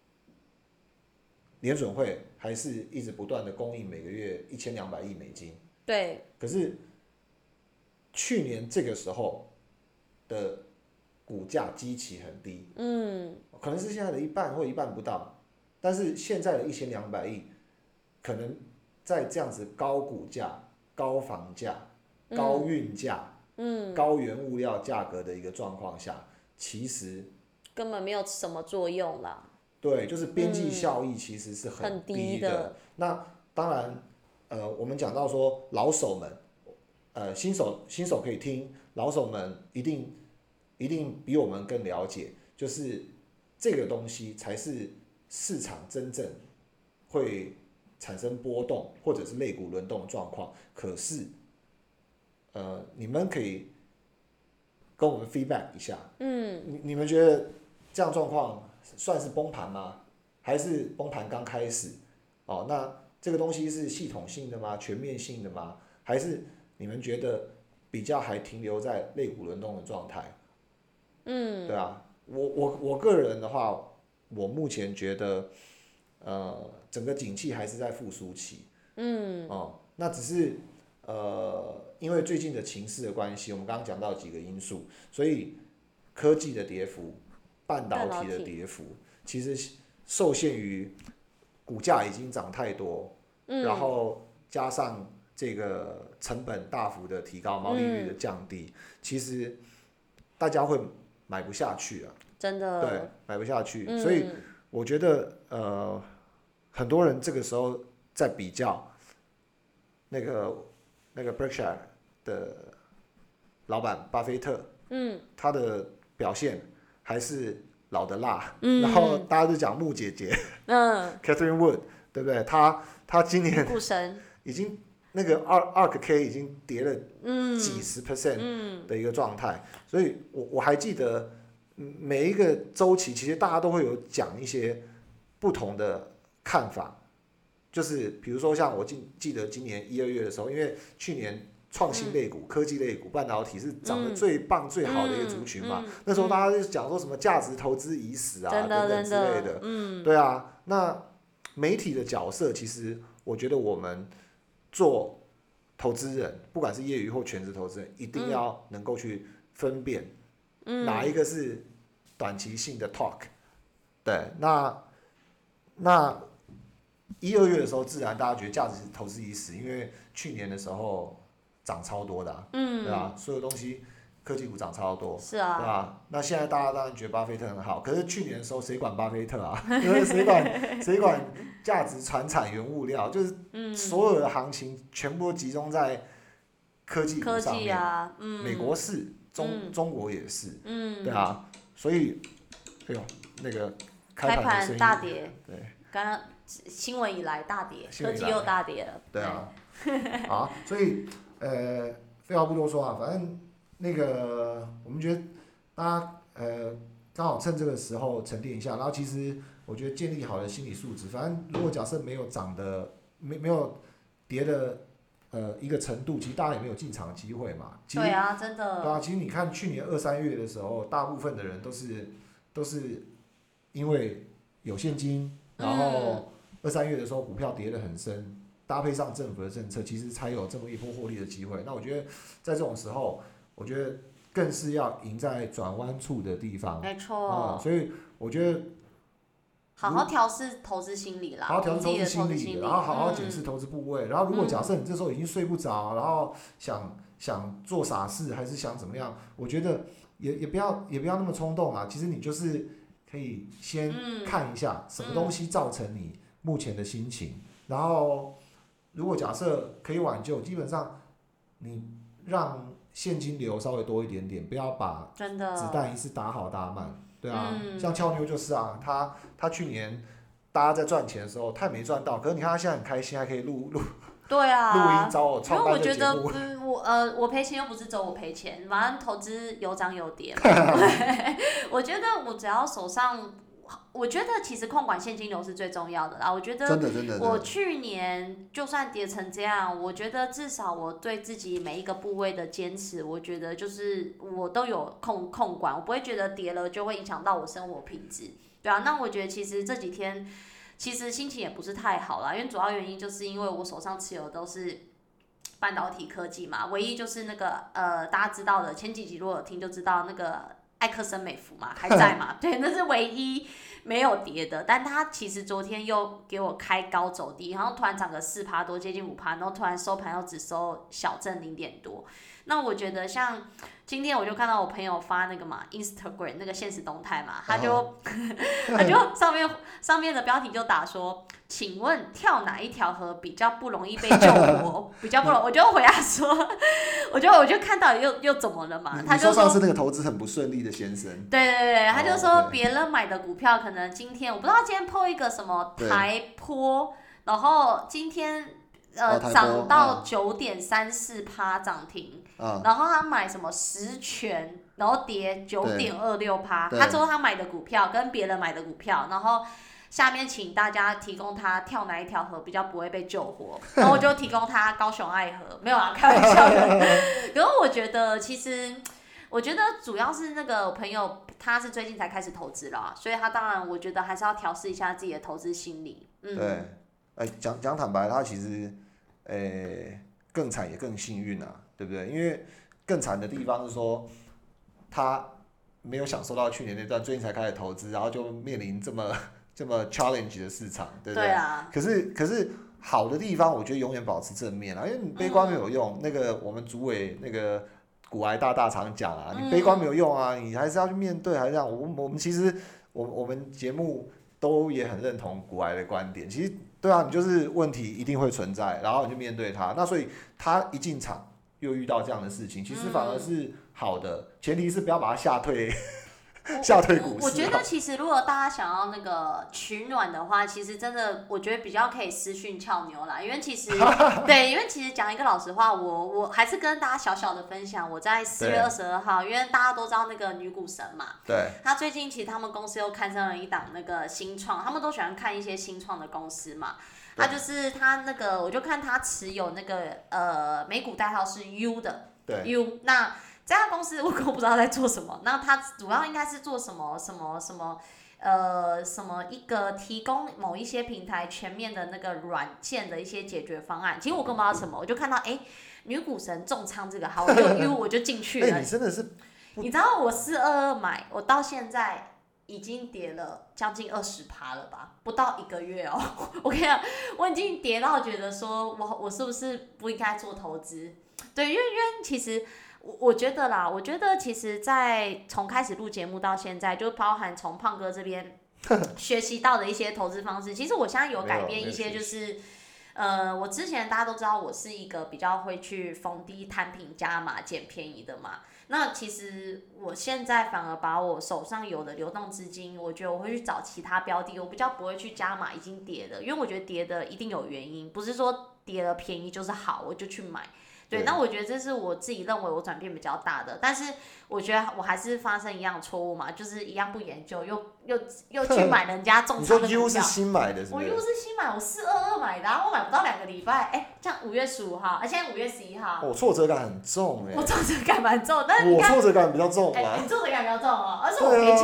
Speaker 1: 联准会还是一直不断的供应每个月一千两百亿美金，
Speaker 2: 对，
Speaker 1: 可是去年这个时候的股价基期很低，
Speaker 2: 嗯，
Speaker 1: 可能是现在的一半或一半不到，但是现在的一千两百亿，可能在这样子高股价、高房价、高运价、
Speaker 2: 嗯，
Speaker 1: 高原物料价格的一个状况下，其实
Speaker 2: 根本没有什么作用啦。
Speaker 1: 对，就是边际效益其实是很低的。
Speaker 2: 很低的
Speaker 1: 那当然，呃，我们讲到说老手们，呃，新手新手可以听，老手们一定一定比我们更了解，就是这个东西才是市场真正会产生波动或者是类股轮动的状况。可是，呃，你们可以跟我们 feedback 一下，
Speaker 2: 嗯，
Speaker 1: 你你们觉得这样状况算是崩盘吗？还是崩盘刚开始？哦，那这个东西是系统性的吗？全面性的吗？还是你们觉得比较还停留在类股轮动的状态？
Speaker 2: 嗯，
Speaker 1: 对啊，我我我个人的话，我目前觉得，呃，整个景气还是在复苏期。
Speaker 2: 嗯，
Speaker 1: 哦，那只是呃，因为最近的情势的关系，我们刚刚讲到几个因素，所以科技的跌幅、半导体的跌幅，其实受限于股价已经涨太多，
Speaker 2: 嗯、
Speaker 1: 然后加上这个成本大幅的提高，毛利率的降低，嗯、其实大家会买不下去啊，
Speaker 2: 真的，
Speaker 1: 对，买不下去，
Speaker 2: 嗯、
Speaker 1: 所以我觉得呃，很多人这个时候在比较那个那个 Berkshire 的老板巴菲特，
Speaker 2: 嗯，
Speaker 1: 他的表现还是老的辣，
Speaker 2: 嗯、
Speaker 1: 然后大家就讲穆姐姐，
Speaker 2: 嗯
Speaker 1: ，Catherine Wood， 对不对？她她今年
Speaker 2: 股神
Speaker 1: 已经那个 Ark K 已经跌了几十 percent 的一个状态，嗯、所以我我还记得每一个周期，其实大家都会有讲一些不同的看法，就是比如说像我记记得今年一二月的时候，因为去年创新类股、嗯、科技类股、半导体是涨得最棒、嗯、最好的一个族群嘛，嗯、那时候大家就讲说什么价值投资已死啊等等之类的，
Speaker 2: 嗯，
Speaker 1: 对啊，那媒体的角色其实我觉得我们做投资人，不管是业余或全职投资人，一定要能够去分辨哪一个是短期性的 talk， 对，那那一二月的时候，自然大家觉得价值投资已死，因为去年的时候涨超多的、啊，嗯，对吧？所有东西科技股涨超多，
Speaker 2: 是啊，
Speaker 1: 对吧？那现在大家当然觉得巴菲特很好，可是去年的时候谁管巴菲特啊？因为谁管谁管价值传产原物料？就是所有的行情全部都集中在科技股上面，
Speaker 2: 啊嗯、
Speaker 1: 美国是，中、嗯、中国也是，
Speaker 2: 嗯，
Speaker 1: 对啊，所以，哎呦，那个
Speaker 2: 开盘大跌，
Speaker 1: 对，
Speaker 2: 刚刚新闻以来大跌，科技又大跌了，
Speaker 1: 对啊，好，所以呃，废话不多说啊，反正那个我们觉得大家呃刚好趁这个时候沉淀一下，然后其实我觉得建立好的心理素质，反正如果假设没有涨的没没有跌的呃一个程度，其实大家也没有进场的机会嘛。其实
Speaker 2: 对啊，真的。
Speaker 1: 对啊，其实你看去年二三月的时候，大部分的人都是都是因为有现金，然后二三月的时候股票跌得很深， 搭配上政府的政策，其实才有这么一波获利的机会。那我觉得在这种时候，我觉得更是要赢在转弯处的地方。
Speaker 2: 没错。
Speaker 1: 啊、所以我觉得
Speaker 2: 好好调试投资心理啦，
Speaker 1: 好好调试投资心理，然后好好检视
Speaker 2: 嗯
Speaker 1: 投资部位。然后如果假设你这时候已经睡不着，然后想想做傻事，还是想怎么样，我觉得也也不要也不要那么冲动啦。其实你就是可以先看一下什么东西造成你目前的心情，然后如果假设可以挽救，基本上你让现金流稍微多一点点，不要把
Speaker 2: 真的
Speaker 1: 子弹一次打好打满。对啊，
Speaker 2: 嗯、
Speaker 1: 像俏妞就是啊，他他去年大家在赚钱的时候，他也没赚到，可是你看他现在很开心，还可以录录
Speaker 2: 对啊，
Speaker 1: 录音找我创办的节目。
Speaker 2: 因为我觉得，嗯，我呃，我赔钱又不是只有我赔钱，反正投资有涨有跌嘛。我觉得我只要手上，我觉得其实控管现金流是最重要的啦。我觉得
Speaker 1: 真的真的，
Speaker 2: 我去年就算跌成这样，我觉得至少我对自己每一个部位的坚持，我觉得就是我都有控控管，我不会觉得跌了就会影响到我生活品质。对啊，那我觉得其实这几天。其实心情也不是太好啦，因为主要原因就是因为我手上持有的都是半导体科技嘛，唯一就是那个呃大家知道的，前几集如果有听就知道那个艾克森美孚嘛还在嘛，对，那是唯一没有跌的，但它其实昨天又给我开高走低，然后突然涨个四趴多，接近五趴，然后突然收盘又只收小挣零点多。那我觉得像今天我就看到我朋友发那个嘛 Instagram 那个限时动态嘛，他就、oh. 他就上面上面的标题就打说，请问跳哪一条河比较不容易被救活？比较不容易，我就回答说，我就我就看到又又怎么了嘛？他就
Speaker 1: 说上次那个投资很不顺利的先生，
Speaker 2: 对对对，他就说别人买的股票可能今天我不知道今天 po 一个什么台波，然后今天。呃，涨到九点三四趴涨停，嗯、然后他买什么十权，然后跌九点二六趴。他说他买的股票跟别人买的股票，然后下面请大家提供他跳哪一条河比较不会被救活，然后我就提供他高雄爱河，没有啦，开玩笑的。可是我觉得其实。我觉得主要是那个朋友，他是最近才开始投资啦，所以他当然我觉得还是要调试一下自己的投资心理。嗯，
Speaker 1: 对，哎、欸，讲讲坦白，他其实。呃、欸，更惨也更幸运啊，对不对？因为更惨的地方是说，他没有享受到去年那段最近才开始投资，然后就面临这么这么 challenge 的市场，对不对？
Speaker 2: 对啊。
Speaker 1: 可是可是好的地方，我觉得永远保持正面啊，因为你悲观没有用。嗯、那个我们主委那个股癌大大常讲啊，你悲观没有用啊，你还是要去面对，还是这样。我我们其实我我们节目都也很认同股癌的观点，其实。对啊，你就是问题一定会存在，然后你就面对它。那所以他一进场又遇到这样的事情，其实反而是好的，嗯、前提是不要把它吓退，吓退股市。
Speaker 2: 我觉得其实如果大家想要那个取暖的话，其实真的我觉得比较可以私讯俏妞啦，因为其实对，因为其实讲一个老实话，我我还是跟大家小小的分享，我在四月二十二号，因为大家都知道那个女股神嘛，
Speaker 1: 对，
Speaker 2: 他最近其实他们公司又刊上了一档那个新创，他们都喜欢看一些新创的公司嘛。他就是他那个，我就看他持有那个呃美股代号是 U 的，
Speaker 1: 对
Speaker 2: U。那这家公司我根本不知道在做什么，那他主要应该是做什么什么什么呃什么一个提供某一些平台全面的那个软件的一些解决方案。其实我根本不知道什么，我就看到哎、欸、女股神重仓这个，好，我就 U 我就进去了。
Speaker 1: 哎、欸，你真的是，
Speaker 2: 你知道我四二二买，我到现在。已经跌了将近二十趴了吧，不到一个月哦。我跟你讲，我已经跌到觉得说我我是不是不应该做投资？对，因为因为其实我我觉得啦，我觉得其实，在从开始录节目到现在，就包含从胖哥这边学习到的一些投资方式，其实我现在有改变一些，就是呃，我之前大家都知道我是一个比较会去逢低摊平加码捡便宜的嘛。那其实我现在反而把我手上有的流动资金，我觉得我会去找其他标的，我比较不会去加码已经跌的，因为我觉得跌的一定有原因，不是说跌了便宜就是好，我就去买。对，那我觉得这是我自己认为我转变比较大的，但是我觉得我还是发生一样的错误嘛，就是一样不研究，又又又去买人家重仓的股票。
Speaker 1: 你说 U 是新买的是不是？
Speaker 2: 我 U 是新买，我四二二买的、啊，我买不到两个礼拜，哎、欸，这样五月十五号，而、啊、现在五月十一号。
Speaker 1: 我、哦、挫折感很重哎、欸。
Speaker 2: 我挫折感蛮重，但是你看
Speaker 1: 我挫折感比较重嘛、
Speaker 2: 欸。你挫折感比较重哦，而且我赔钱呢、欸。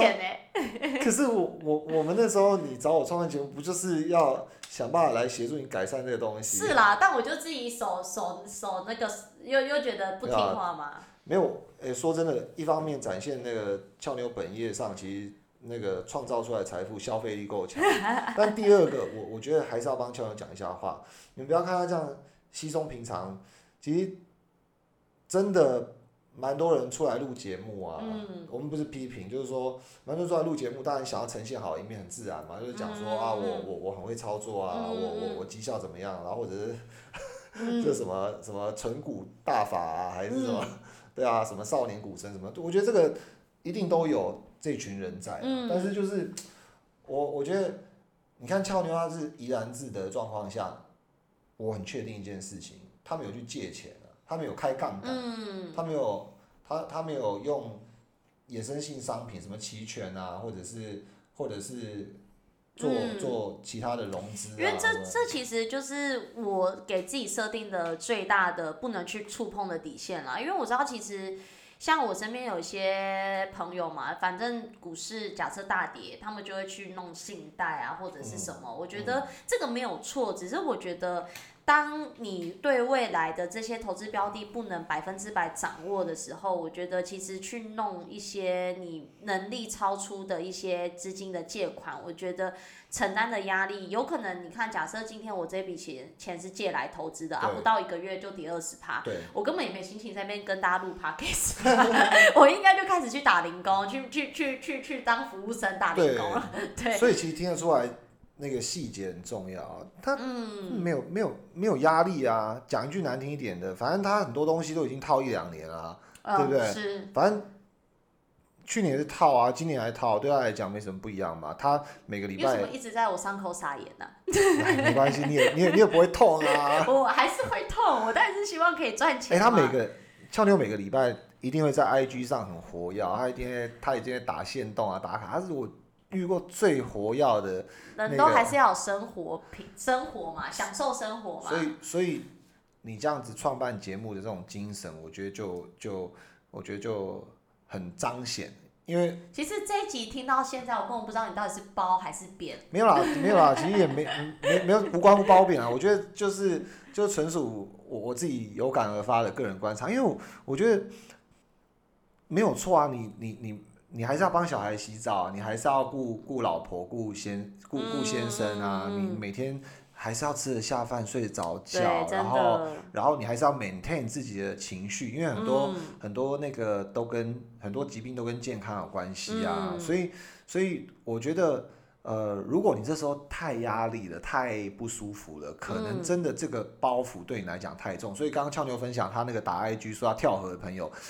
Speaker 1: 可是我我我们那时候你找我创办节目，不就是要想办法来协助你改善这个东西？
Speaker 2: 是啦，但我就自己手手手那个又又觉得不听话嘛。
Speaker 1: 没有，诶，说真的，一方面展现那个俏妞本业上，其实那个创造出来的财富消费力够强，但第二个，我我觉得还是要帮俏妞讲一下话。你们不要看他这样稀松平常，其实真的蛮多人出来录节目啊。嗯、我们不是批评，就是说蛮多人出来录节目，当然想要呈现好一面，很自然嘛，就是讲说、嗯、啊，我我我很会操作啊，嗯、我我我绩效怎么样，然后或者是。嗯、就什么什么纯股大法啊，还是什么，嗯、对啊，什么少年股神什么，我觉得这个一定都有这群人在，嗯、但是就是我我觉得，你看俏妞她是怡然自得的状况下，我很确定一件事情，他没有去借钱了，他没有开杠杆，嗯、他没有他他没有用衍生性商品什么期权啊，或者是或者是。做做其他的融资、啊，
Speaker 2: 因为这这其实就是我给自己设定的最大的不能去触碰的底线啦。因为我知道其实像我身边有一些朋友嘛，反正股市假设大跌，他们就会去弄信贷啊或者是什么。嗯、我觉得这个没有错，只是我觉得。当你对未来的这些投资标的不能百分之百掌握的时候，我觉得其实去弄一些你能力超出的一些资金的借款，我觉得承担的压力有可能。你看，假设今天我这笔钱钱是借来投资的啊，不到一个月就跌二十趴，我根本也没心情在那边跟大家录 podcast， 我应该就开始去打零工，去去去去去当服务生打零工了。对，
Speaker 1: 所以其实听得出来。那个细节很重要啊，他没有、嗯、没有没有压力啊。讲一句难听一点的，反正他很多东西都已经套一两年了、啊嗯，对不对？
Speaker 2: 是。
Speaker 1: 反正去年是套啊，今年还套，对他来讲没什么不一样嘛。他每个礼拜。
Speaker 2: 为什么一直在我伤口撒盐呢、啊？
Speaker 1: 没关系，你也你也你也不会痛啊。
Speaker 2: 我还是会痛，我当然是希望可以赚钱。
Speaker 1: 哎、欸，他每个俏妞每个礼拜一定会在 I G 上很活跃，他一定会他一定会打限动啊打卡，他是我。遇过最活跃的、那个，
Speaker 2: 人都还是要有生活品，生活嘛，享受生活嘛。
Speaker 1: 所以，所以你这样子创办节目的这种精神，我觉得就就我觉得就很彰显，因为
Speaker 2: 其实这一集听到现在，我根本不知道你到底是褒还是贬。
Speaker 1: 没有啦，没有啦，其实也没没没有无关乎褒贬啊，我觉得就是就纯属我我自己有感而发的个人观察，因为我我觉得没有错啊，你你你。你还是要帮小孩洗澡，你还是要顾顾老婆、顾先顾顾先生啊，嗯、你每天还是要吃得下饭、睡得着觉，然后然后你还是要 maintain 自己的情绪，因为很多、嗯、很多那个都跟很多疾病都跟健康有关系啊，嗯、所以所以我觉得。呃，如果你这时候太压力了，太不舒服了，可能真的这个包袱对你来讲太重。嗯、所以刚刚俏妞分享他那个打 I G 说他跳河的朋友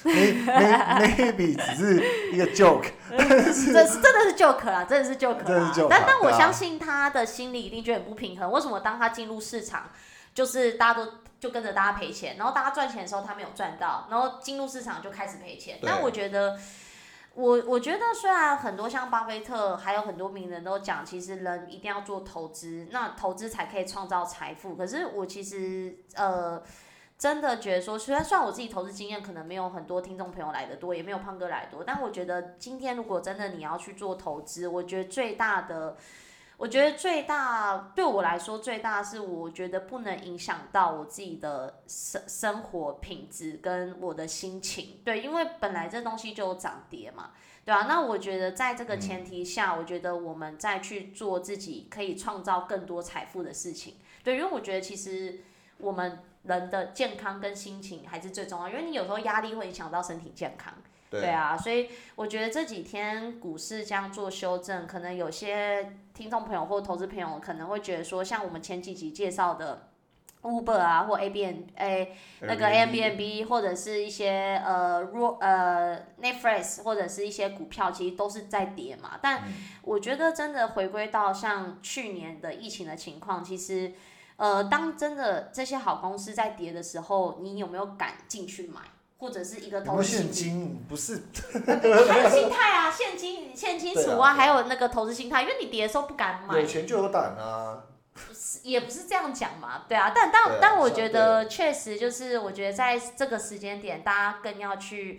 Speaker 1: ，maybe 只是一个 joke，
Speaker 2: 这是真的是 joke 啦，真的是 joke 啦。
Speaker 1: joke
Speaker 2: 但但我相信他的心里一定觉得很不平衡。为什么当他进入市场，就是大家都就跟着大家赔钱，然后大家赚钱的时候他没有赚到，然后进入市场就开始赔钱？但我觉得。我我觉得虽然很多像巴菲特还有很多名人都讲，其实人一定要做投资，那投资才可以创造财富。可是我其实呃真的觉得说，虽然虽然我自己投资经验可能没有很多听众朋友来的多，也没有胖哥来的多，但我觉得今天如果真的你要去做投资，我觉得最大的。我觉得最大对我来说最大是，我觉得不能影响到我自己的生生活品质跟我的心情，对，因为本来这东西就有涨跌嘛，对啊，那我觉得在这个前提下，嗯、我觉得我们再去做自己可以创造更多财富的事情，对，因为我觉得其实我们人的健康跟心情还是最重要，因为你有时候压力会影响到身体健康。对, 对啊，所以我觉得这几天股市这样做修正，可能有些听众朋友或投资朋友可能会觉得说，像我们前几集介绍的 Uber 啊，或 A B N A 那个 Airbnb 或者是一些呃呃 Netflix 或者是一些股票，其实都是在跌嘛。但我觉得真的回归到像去年的疫情的情况，其实呃，当真的这些好公司在跌的时候，你有没有敢进去买？或者是一个投资心理，
Speaker 1: 现金不是，
Speaker 2: 还有心态啊，现金现金储啊，还有那个投资心态，因为你跌的时候不敢买，
Speaker 1: 有钱就有胆啊，
Speaker 2: 也不是这样讲嘛，对啊，但但、啊、但我觉得确实就是，我觉得在这个时间点，大家更要去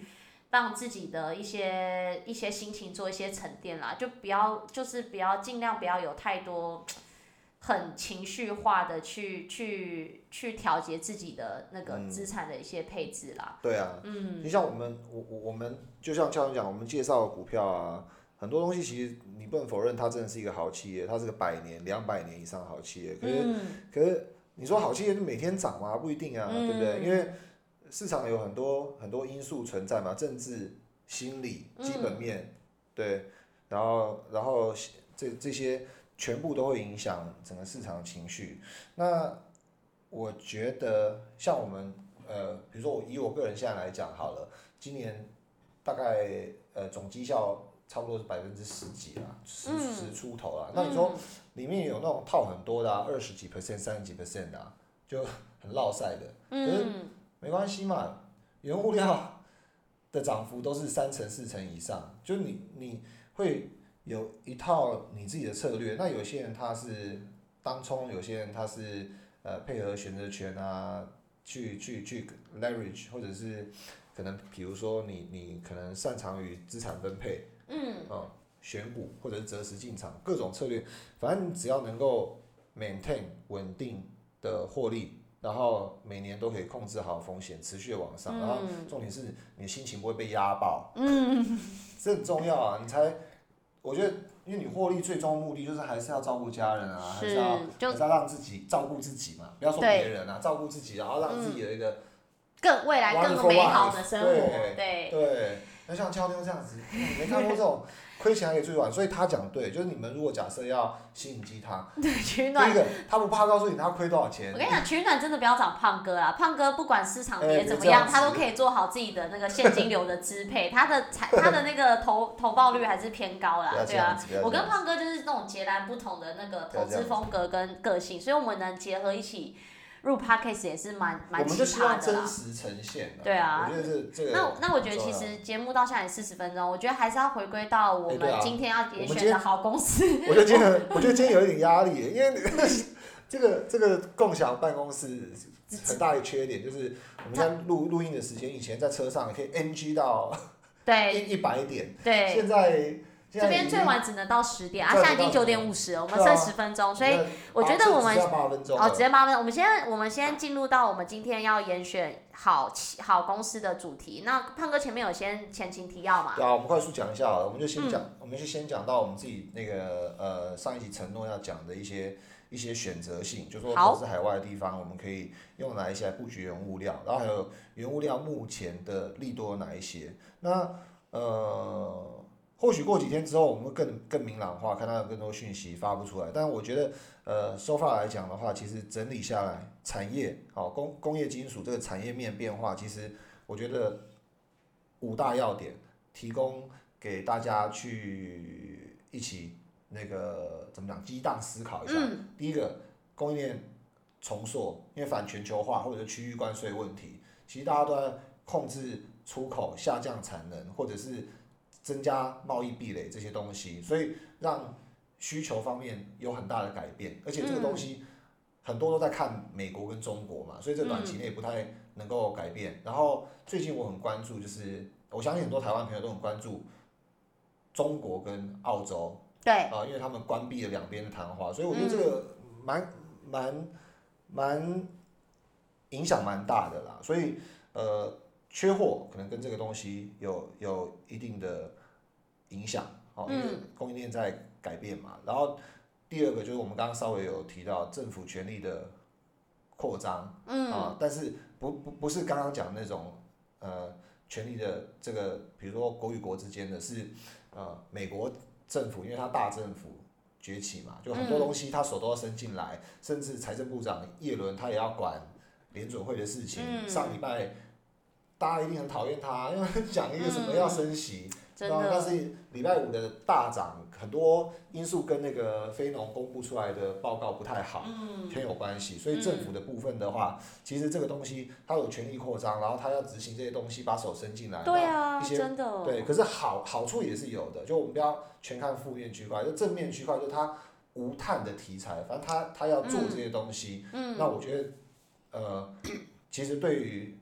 Speaker 2: 让自己的一些一些心情做一些沉淀啦，就不要就是不要尽量不要有太多很情绪化的去去去调节自己的那个资产的一些配置啦。
Speaker 1: 嗯、对啊，嗯，就像我们我我我们就像教授讲，我们介绍的股票啊，很多东西其实你不能否认它真的是一个好企业，它是个百年、两百年以上的好企业。可是、嗯、可是你说好企业就每天涨吗？不一定啊，嗯、对不对？因为市场有很多很多因素存在嘛，政治、心理、基本面，嗯、对，然后然后这这些全部都会影响整个市场的情绪。那我觉得像我们呃，比如说我以我个人现在来讲好了，今年大概呃总绩效差不多是百分之十几啦，十十出头啦。那你说里面有那种套很多的啊，二十几 percent、三十几 percent 的啊，就很落赛的。可是没关系嘛，原物料的涨幅都是三成四成以上，就你你会有一套你自己的策略。那有些人他是当冲，有些人他是呃配合选择权啊，去去去 leverage， 或者是可能比如说你你可能擅长于资产分配，嗯，哦、选股或者是择时进场，各种策略，反正你只要能够 maintain 稳定的获利。然后每年都可以控制好风险，持续的往上，嗯、然后重点是你的心情不会被压爆，嗯，这很重要啊！你才，我觉得，因为你获利最终目的就是还是要照顾家人啊，还是要还是要让自己照顾自己嘛，不要说别人啊，照顾自己，然后让自己有一个、嗯、
Speaker 2: 更未来更美好的生活，
Speaker 1: 对
Speaker 2: 对
Speaker 1: 对。那像俏妞这样子，你没看过这种。亏钱还可以追完，所以他讲对，就是你们如果假设要心灵鸡汤，
Speaker 2: 取暖，
Speaker 1: 第一个他不怕告诉你他亏多少钱。
Speaker 2: 我跟你讲，取暖真的不要找胖哥啦，胖哥不管市场跌怎么样，他都可以做好自己的那个现金流的支配，他的财他的那个投投报率还是偏高啦，对啊。我跟胖哥就是那种截然不同的那个投资风格跟个性，所以我们能结合一起。入 podcast 也是蛮蛮奇葩的啦。
Speaker 1: 我们就希望真实呈现。
Speaker 2: 对啊。
Speaker 1: 我觉得这这个。
Speaker 2: 那那我觉得其实节目到现在四十分钟，我觉得还是要回归到我们今天要点选的好公司。
Speaker 1: 欸啊、我觉得今天我觉得今天有一点压力，因为这个这个共享办公室很大的缺点就是我们在录录音的时间，以前在车上可以 N G 到
Speaker 2: 对
Speaker 1: 一百点，
Speaker 2: 对，
Speaker 1: 现在。
Speaker 2: 这边最晚只能到十点，啊，现在已经九点五十了，我们剩十分钟，所以我觉得我们哦，直接八分钟。我们先我们先进入到我们今天要严选好好公司的主题。那胖哥前面有先前情提要嘛？
Speaker 1: 对啊，我们快速讲一下好了，我们就先讲，嗯、我们就先讲到我们自己那个呃上一集承诺要讲的一些一些选择性，就说投资海外的地方，我们可以用哪一些来布局原物料，然后还有原物料目前的利多有哪一些？那呃。或许过几天之后，我们会更更明朗化，看到有更多讯息发布出来。但是我觉得，呃，so far来讲的话，其实整理下来，产业，好、哦、工工业金属这个产业面变化，其实我觉得五大要点提供给大家去一起那个怎么讲，激荡思考一下。嗯、第一个，供应链重塑，因为反全球化或者区域关税问题，其实大家都在控制出口、下降产能，或者是增加贸易壁垒这些东西，所以让需求方面有很大的改变，而且这个东西很多都在看美国跟中国嘛，所以这短期内不太能够改变。然后最近我很关注，就是我相信很多台湾朋友都很关注中国跟澳洲，
Speaker 2: 对，
Speaker 1: 啊、呃，因为他们关闭了两边的谈话，所以我觉得这个蛮蛮蛮影响蛮大的啦，所以呃。缺货可能跟这个东西有有一定的影响，哦，因为供应链在改变嘛。然后第二个就是我们刚刚稍微有提到政府权力的扩张，嗯啊，但是不不不是刚刚讲那种呃权力的这个，比如说国与国之间的是呃美国政府，因为它大政府崛起嘛，就很多东西他手都要伸进来，甚至财政部长耶伦他也要管联准会的事情。嗯、上礼拜。大家一定很讨厌他，因为讲一个什么要升息，
Speaker 2: 嗯、
Speaker 1: 然后但是礼拜五的大涨，很多因素跟那个非农公布出来的报告不太好，嗯、很有关系。所以政府的部分的话，嗯、其实这个东西它有权力扩张，然后它要执行这些东西，把手伸进来，
Speaker 2: 对啊，
Speaker 1: 一些
Speaker 2: 真的，
Speaker 1: 对，可是好好处也是有的，就我们不要全看负面区块，就正面区块，就是它无碳的题材，反正它它要做这些东西，嗯、那我觉得呃，其实对于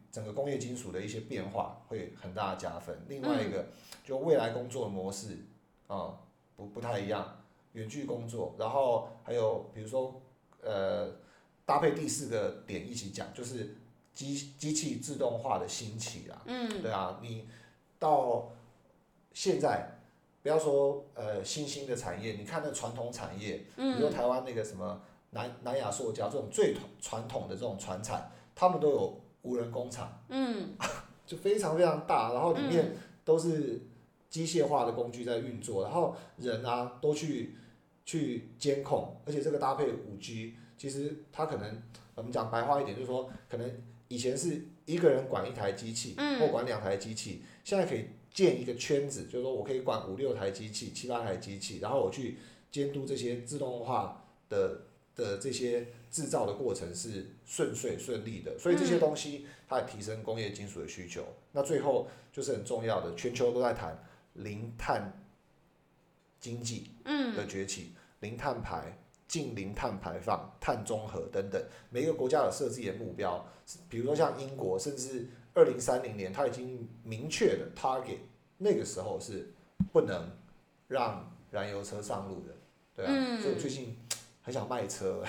Speaker 1: 整个工业金属的一些变化会很大的加分。另外一个，就未来工作模式啊、嗯，不不太一样，远距工作，然后还有比如说呃，搭配第四个点一起讲，就是机机器自动化的兴起啦。嗯，对啊，你到现在。不要说呃新兴的产业，你看那传统产业，比如说台湾那个什么南南亚塑胶这种最传统的这种传产，他们都有无人工厂，嗯，就非常非常大，然后里面都是机械化的工具在运作，然后人啊都去去监控，而且这个搭配五 G， 其实它可能我们讲白话一点，就是说可能以前是一个人管一台机器，或管两台机器，现在可以建一个圈子，就是说我可以管五六台机器、七八台机器，然后我去监督这些自动化的的这些制造的过程是顺遂顺利的，所以这些东西它也提升工业金属的需求。那最后就是很重要的，全球都在谈零碳经济的崛起，零碳排、近零碳排放、碳中和等等，每一个国家有设自己的目标，比如说像英国，甚至二零三零年，它已经明确的 target， 那个时候是不能让燃油车上路的，对啊，嗯、所以我最近很想卖车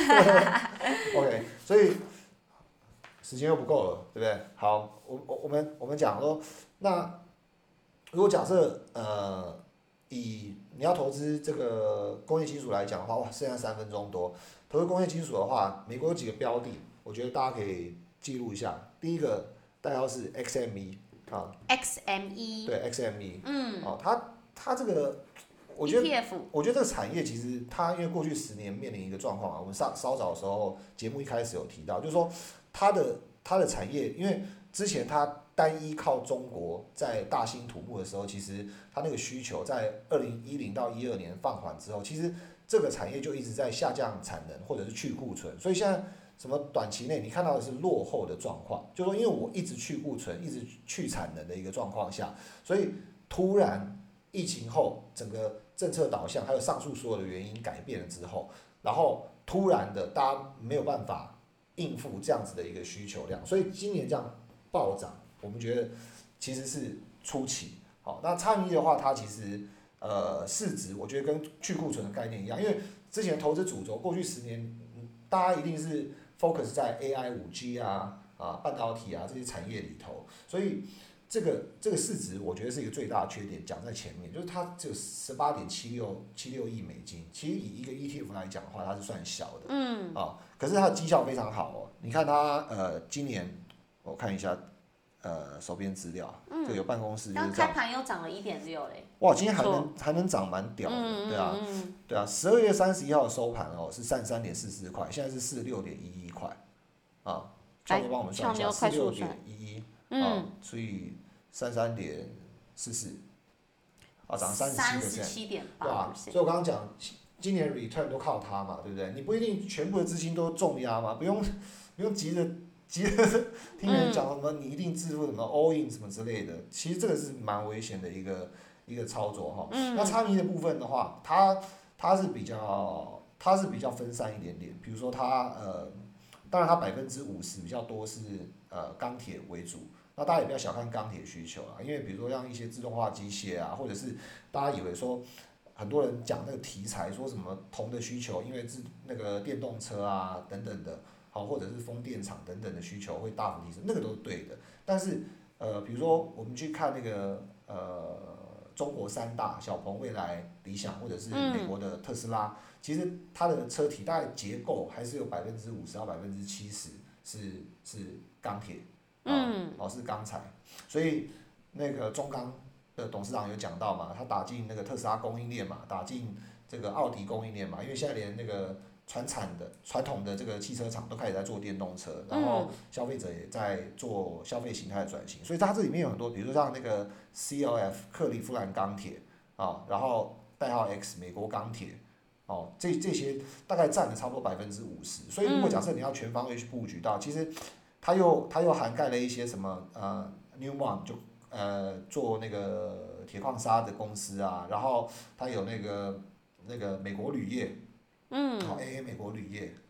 Speaker 1: ，OK， 所以时间又不够了，对不对？好，我我我们我们讲说，那如果假设呃，以你要投资这个工业金属来讲的话，哇，剩下三分钟多，投资工业金属的话，美国有几个标的，我觉得大家可以记录一下，第一个。代号是 X M E 啊
Speaker 2: ，X M E
Speaker 1: 对 X M E， 嗯，哦，它它这个，我觉得
Speaker 2: E T F，
Speaker 1: 我觉得这个产业其实它因为过去十年面临一个状况啊，我们稍稍早的时候节目一开始有提到，就是说它的它的产业，因为之前它单依靠中国在大兴土木的时候，其实它那个需求在二零一零到一二年放缓之后，其实这个产业就一直在下降产能或者是去库存，所以现在。什么短期内你看到的是落后的状况，就是说因为我一直去库存、一直去产能的一个状况下，所以突然疫情后整个政策导向还有上述所有的原因改变了之后，然后突然的大家没有办法应付这样子的一个需求量，所以今年这样暴涨，我们觉得其实是初期。好，那叉 M E 的话，它其实呃市值我觉得跟去库存的概念一样，因为之前投资主轴过去十年，大家一定是。focus 在 A I、五 G 啊、啊半导体啊这些产业里头，所以这个这个市值我觉得是一个最大的缺点，讲在前面，就是它只有十八点七六七六亿美金，其实以一个 E T F 来讲的话，它是算小的，嗯，啊，可是它的绩效非常好哦，你看它呃今年我看一下呃手边资料，嗯，这个有办公室就是这样，
Speaker 2: 刚开盘又涨了一点六嘞，
Speaker 1: 哇，今天还能还能涨蛮屌的，嗯、对啊，嗯、对啊，十二月三十一号的收盘哦是三十三点四四块，现在是四十六点一一块，啊，俏妞帮我们算一下，四十六点一一，啊，除以三十三点四四，啊，涨三十七 percent， 对吧？所以我刚刚讲，今年 return 都靠它嘛，对不对？你不一定全部的资金都重压嘛，不用不用急着。急着听人讲什么你一定致富什么 all in 什么之类的，其实这个是蛮危险的一个一个操作哈。嗯、那差迷的部分的话，它它是比较它是比较分散一点点，比如说它呃，当然它百分之五十比较多是呃钢铁为主，那大家也不要小看钢铁需求啊，因为比如说像一些自动化机械啊，或者是大家以为说很多人讲那个题材说什么铜的需求，因为自那个电动车啊等等的。好，或者是风电场等等的需求会大幅提升，那个都是对的。但是，呃，比如说我们去看那个呃中国三大，小鹏、蔚来、理想，或者是美国的特斯拉，嗯、其实它的车体大概结构还是有百分之五十到百分之七十是是钢铁，嗯，哦是钢材，所以那个中钢的董事长有讲到嘛，他打进那个特斯拉供应链嘛，打进这个奥迪供应链嘛，因为现在连那个。传产的传统的这个汽车厂都开始在做电动车，然后消费者也在做消费形态的转型，所以它这里面有很多，比如说像那个 C L F 克利夫兰钢铁啊，然后代号 X 美国钢铁，哦，这这些大概占了差不多百分之五十，所以如果假设你要全方位去布局到，其实它又它又涵盖了一些什么呃 Newmont 就呃做那个铁矿砂的公司啊，然后它有那个那个美国铝业。嗯，好 ，A A 美国铝业，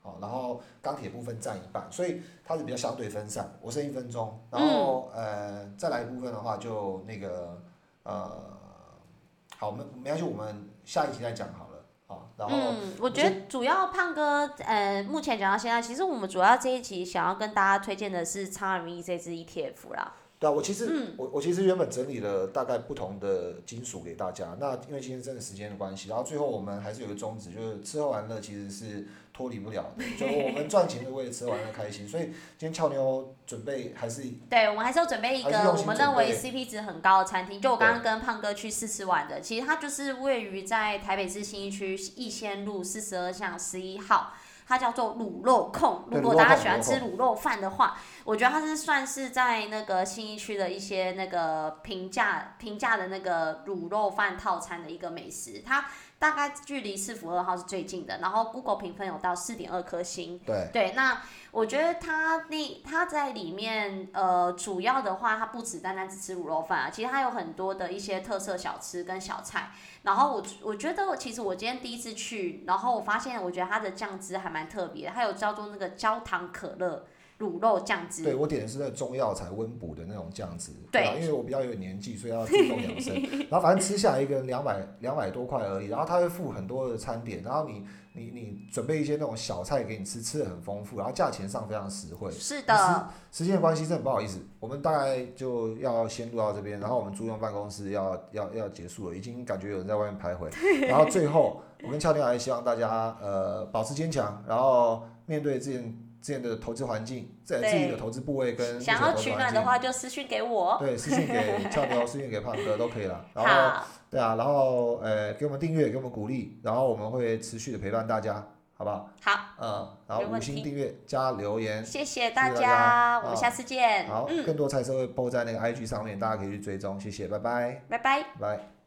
Speaker 1: 好，然后钢铁部分占一半，所以它是比较相对分散。我剩一分钟，然后、嗯、呃再来一部分的话就那个呃好，我们没关系，我们下一集再讲好了。好，然后
Speaker 2: 嗯，我觉得主要胖哥，呃，目前讲到现在，其实我们主要这一集想要跟大家推荐的是 X R M E 这支 E T F 啦。
Speaker 1: 对啊，我其实、
Speaker 2: 嗯、
Speaker 1: 我我其实原本整理了大概不同的金属给大家，那因为今天真的时间的关系，然后最后我们还是有个宗旨，就是吃喝玩乐其实是脱离不了的，就我们赚钱是为了吃喝玩乐开心，所以今天俏妞准备还是
Speaker 2: 对，我们还是要准备一个我们认为 C P 值很高的餐厅，就我刚刚跟胖哥去试吃完的，其实它就是位于在台北市信义区逸仙路四十二巷十一号。它叫做卤肉控，如果大家喜欢吃卤肉饭的话，我觉得它是算是在那个信义区的一些那个平价平价的那个卤肉饭套餐的一个美食。它大概距离市府二号是最近的，然后 Google 评分有到四点二颗星。
Speaker 1: 对
Speaker 2: 对，那我觉得它那它在里面呃主要的话，它不只单单只吃卤肉饭啊，其实它有很多的一些特色小吃跟小菜。然后我我觉得其实我今天第一次去，然后我发现我觉得它的酱汁还蛮特别的，它有叫做那个焦糖可乐卤肉酱汁。
Speaker 1: 对，我点的是那个中药材温补的那种酱汁，
Speaker 2: 对
Speaker 1: 啊，因为我比较有年纪，所以要注重养生。然后反正吃下来一个人两百两百多块而已，然后他会附很多的餐点，然后你你你准备一些那种小菜给你吃，吃的很丰富，然后价钱上非常实惠。
Speaker 2: 是的。
Speaker 1: 时间的关系，真的不好意思，我们大概就要先录到这边，然后我们租用办公室要要要结束了，已经感觉有人在外面徘徊。然后最后，我跟俏妞还是希望大家呃保持坚强，然后面对之前之前的投资环境，在自己的投资部位跟
Speaker 2: 想要取暖的话，就私讯给我。
Speaker 1: 对，私讯给俏妞，私讯给胖哥都可以了。然后对啊，然后呃给我们订阅，给我们鼓励，然后我们会持续的陪伴大家。好不好？
Speaker 2: 好。
Speaker 1: 嗯，然后五星订阅加留言，
Speaker 2: 谢谢大家，我们下次见。
Speaker 1: 好，
Speaker 2: 嗯、
Speaker 1: 更多菜色会 po 在那个 I G 上面，大家可以去追踪，谢谢，拜拜。
Speaker 2: 拜拜。
Speaker 1: 拜。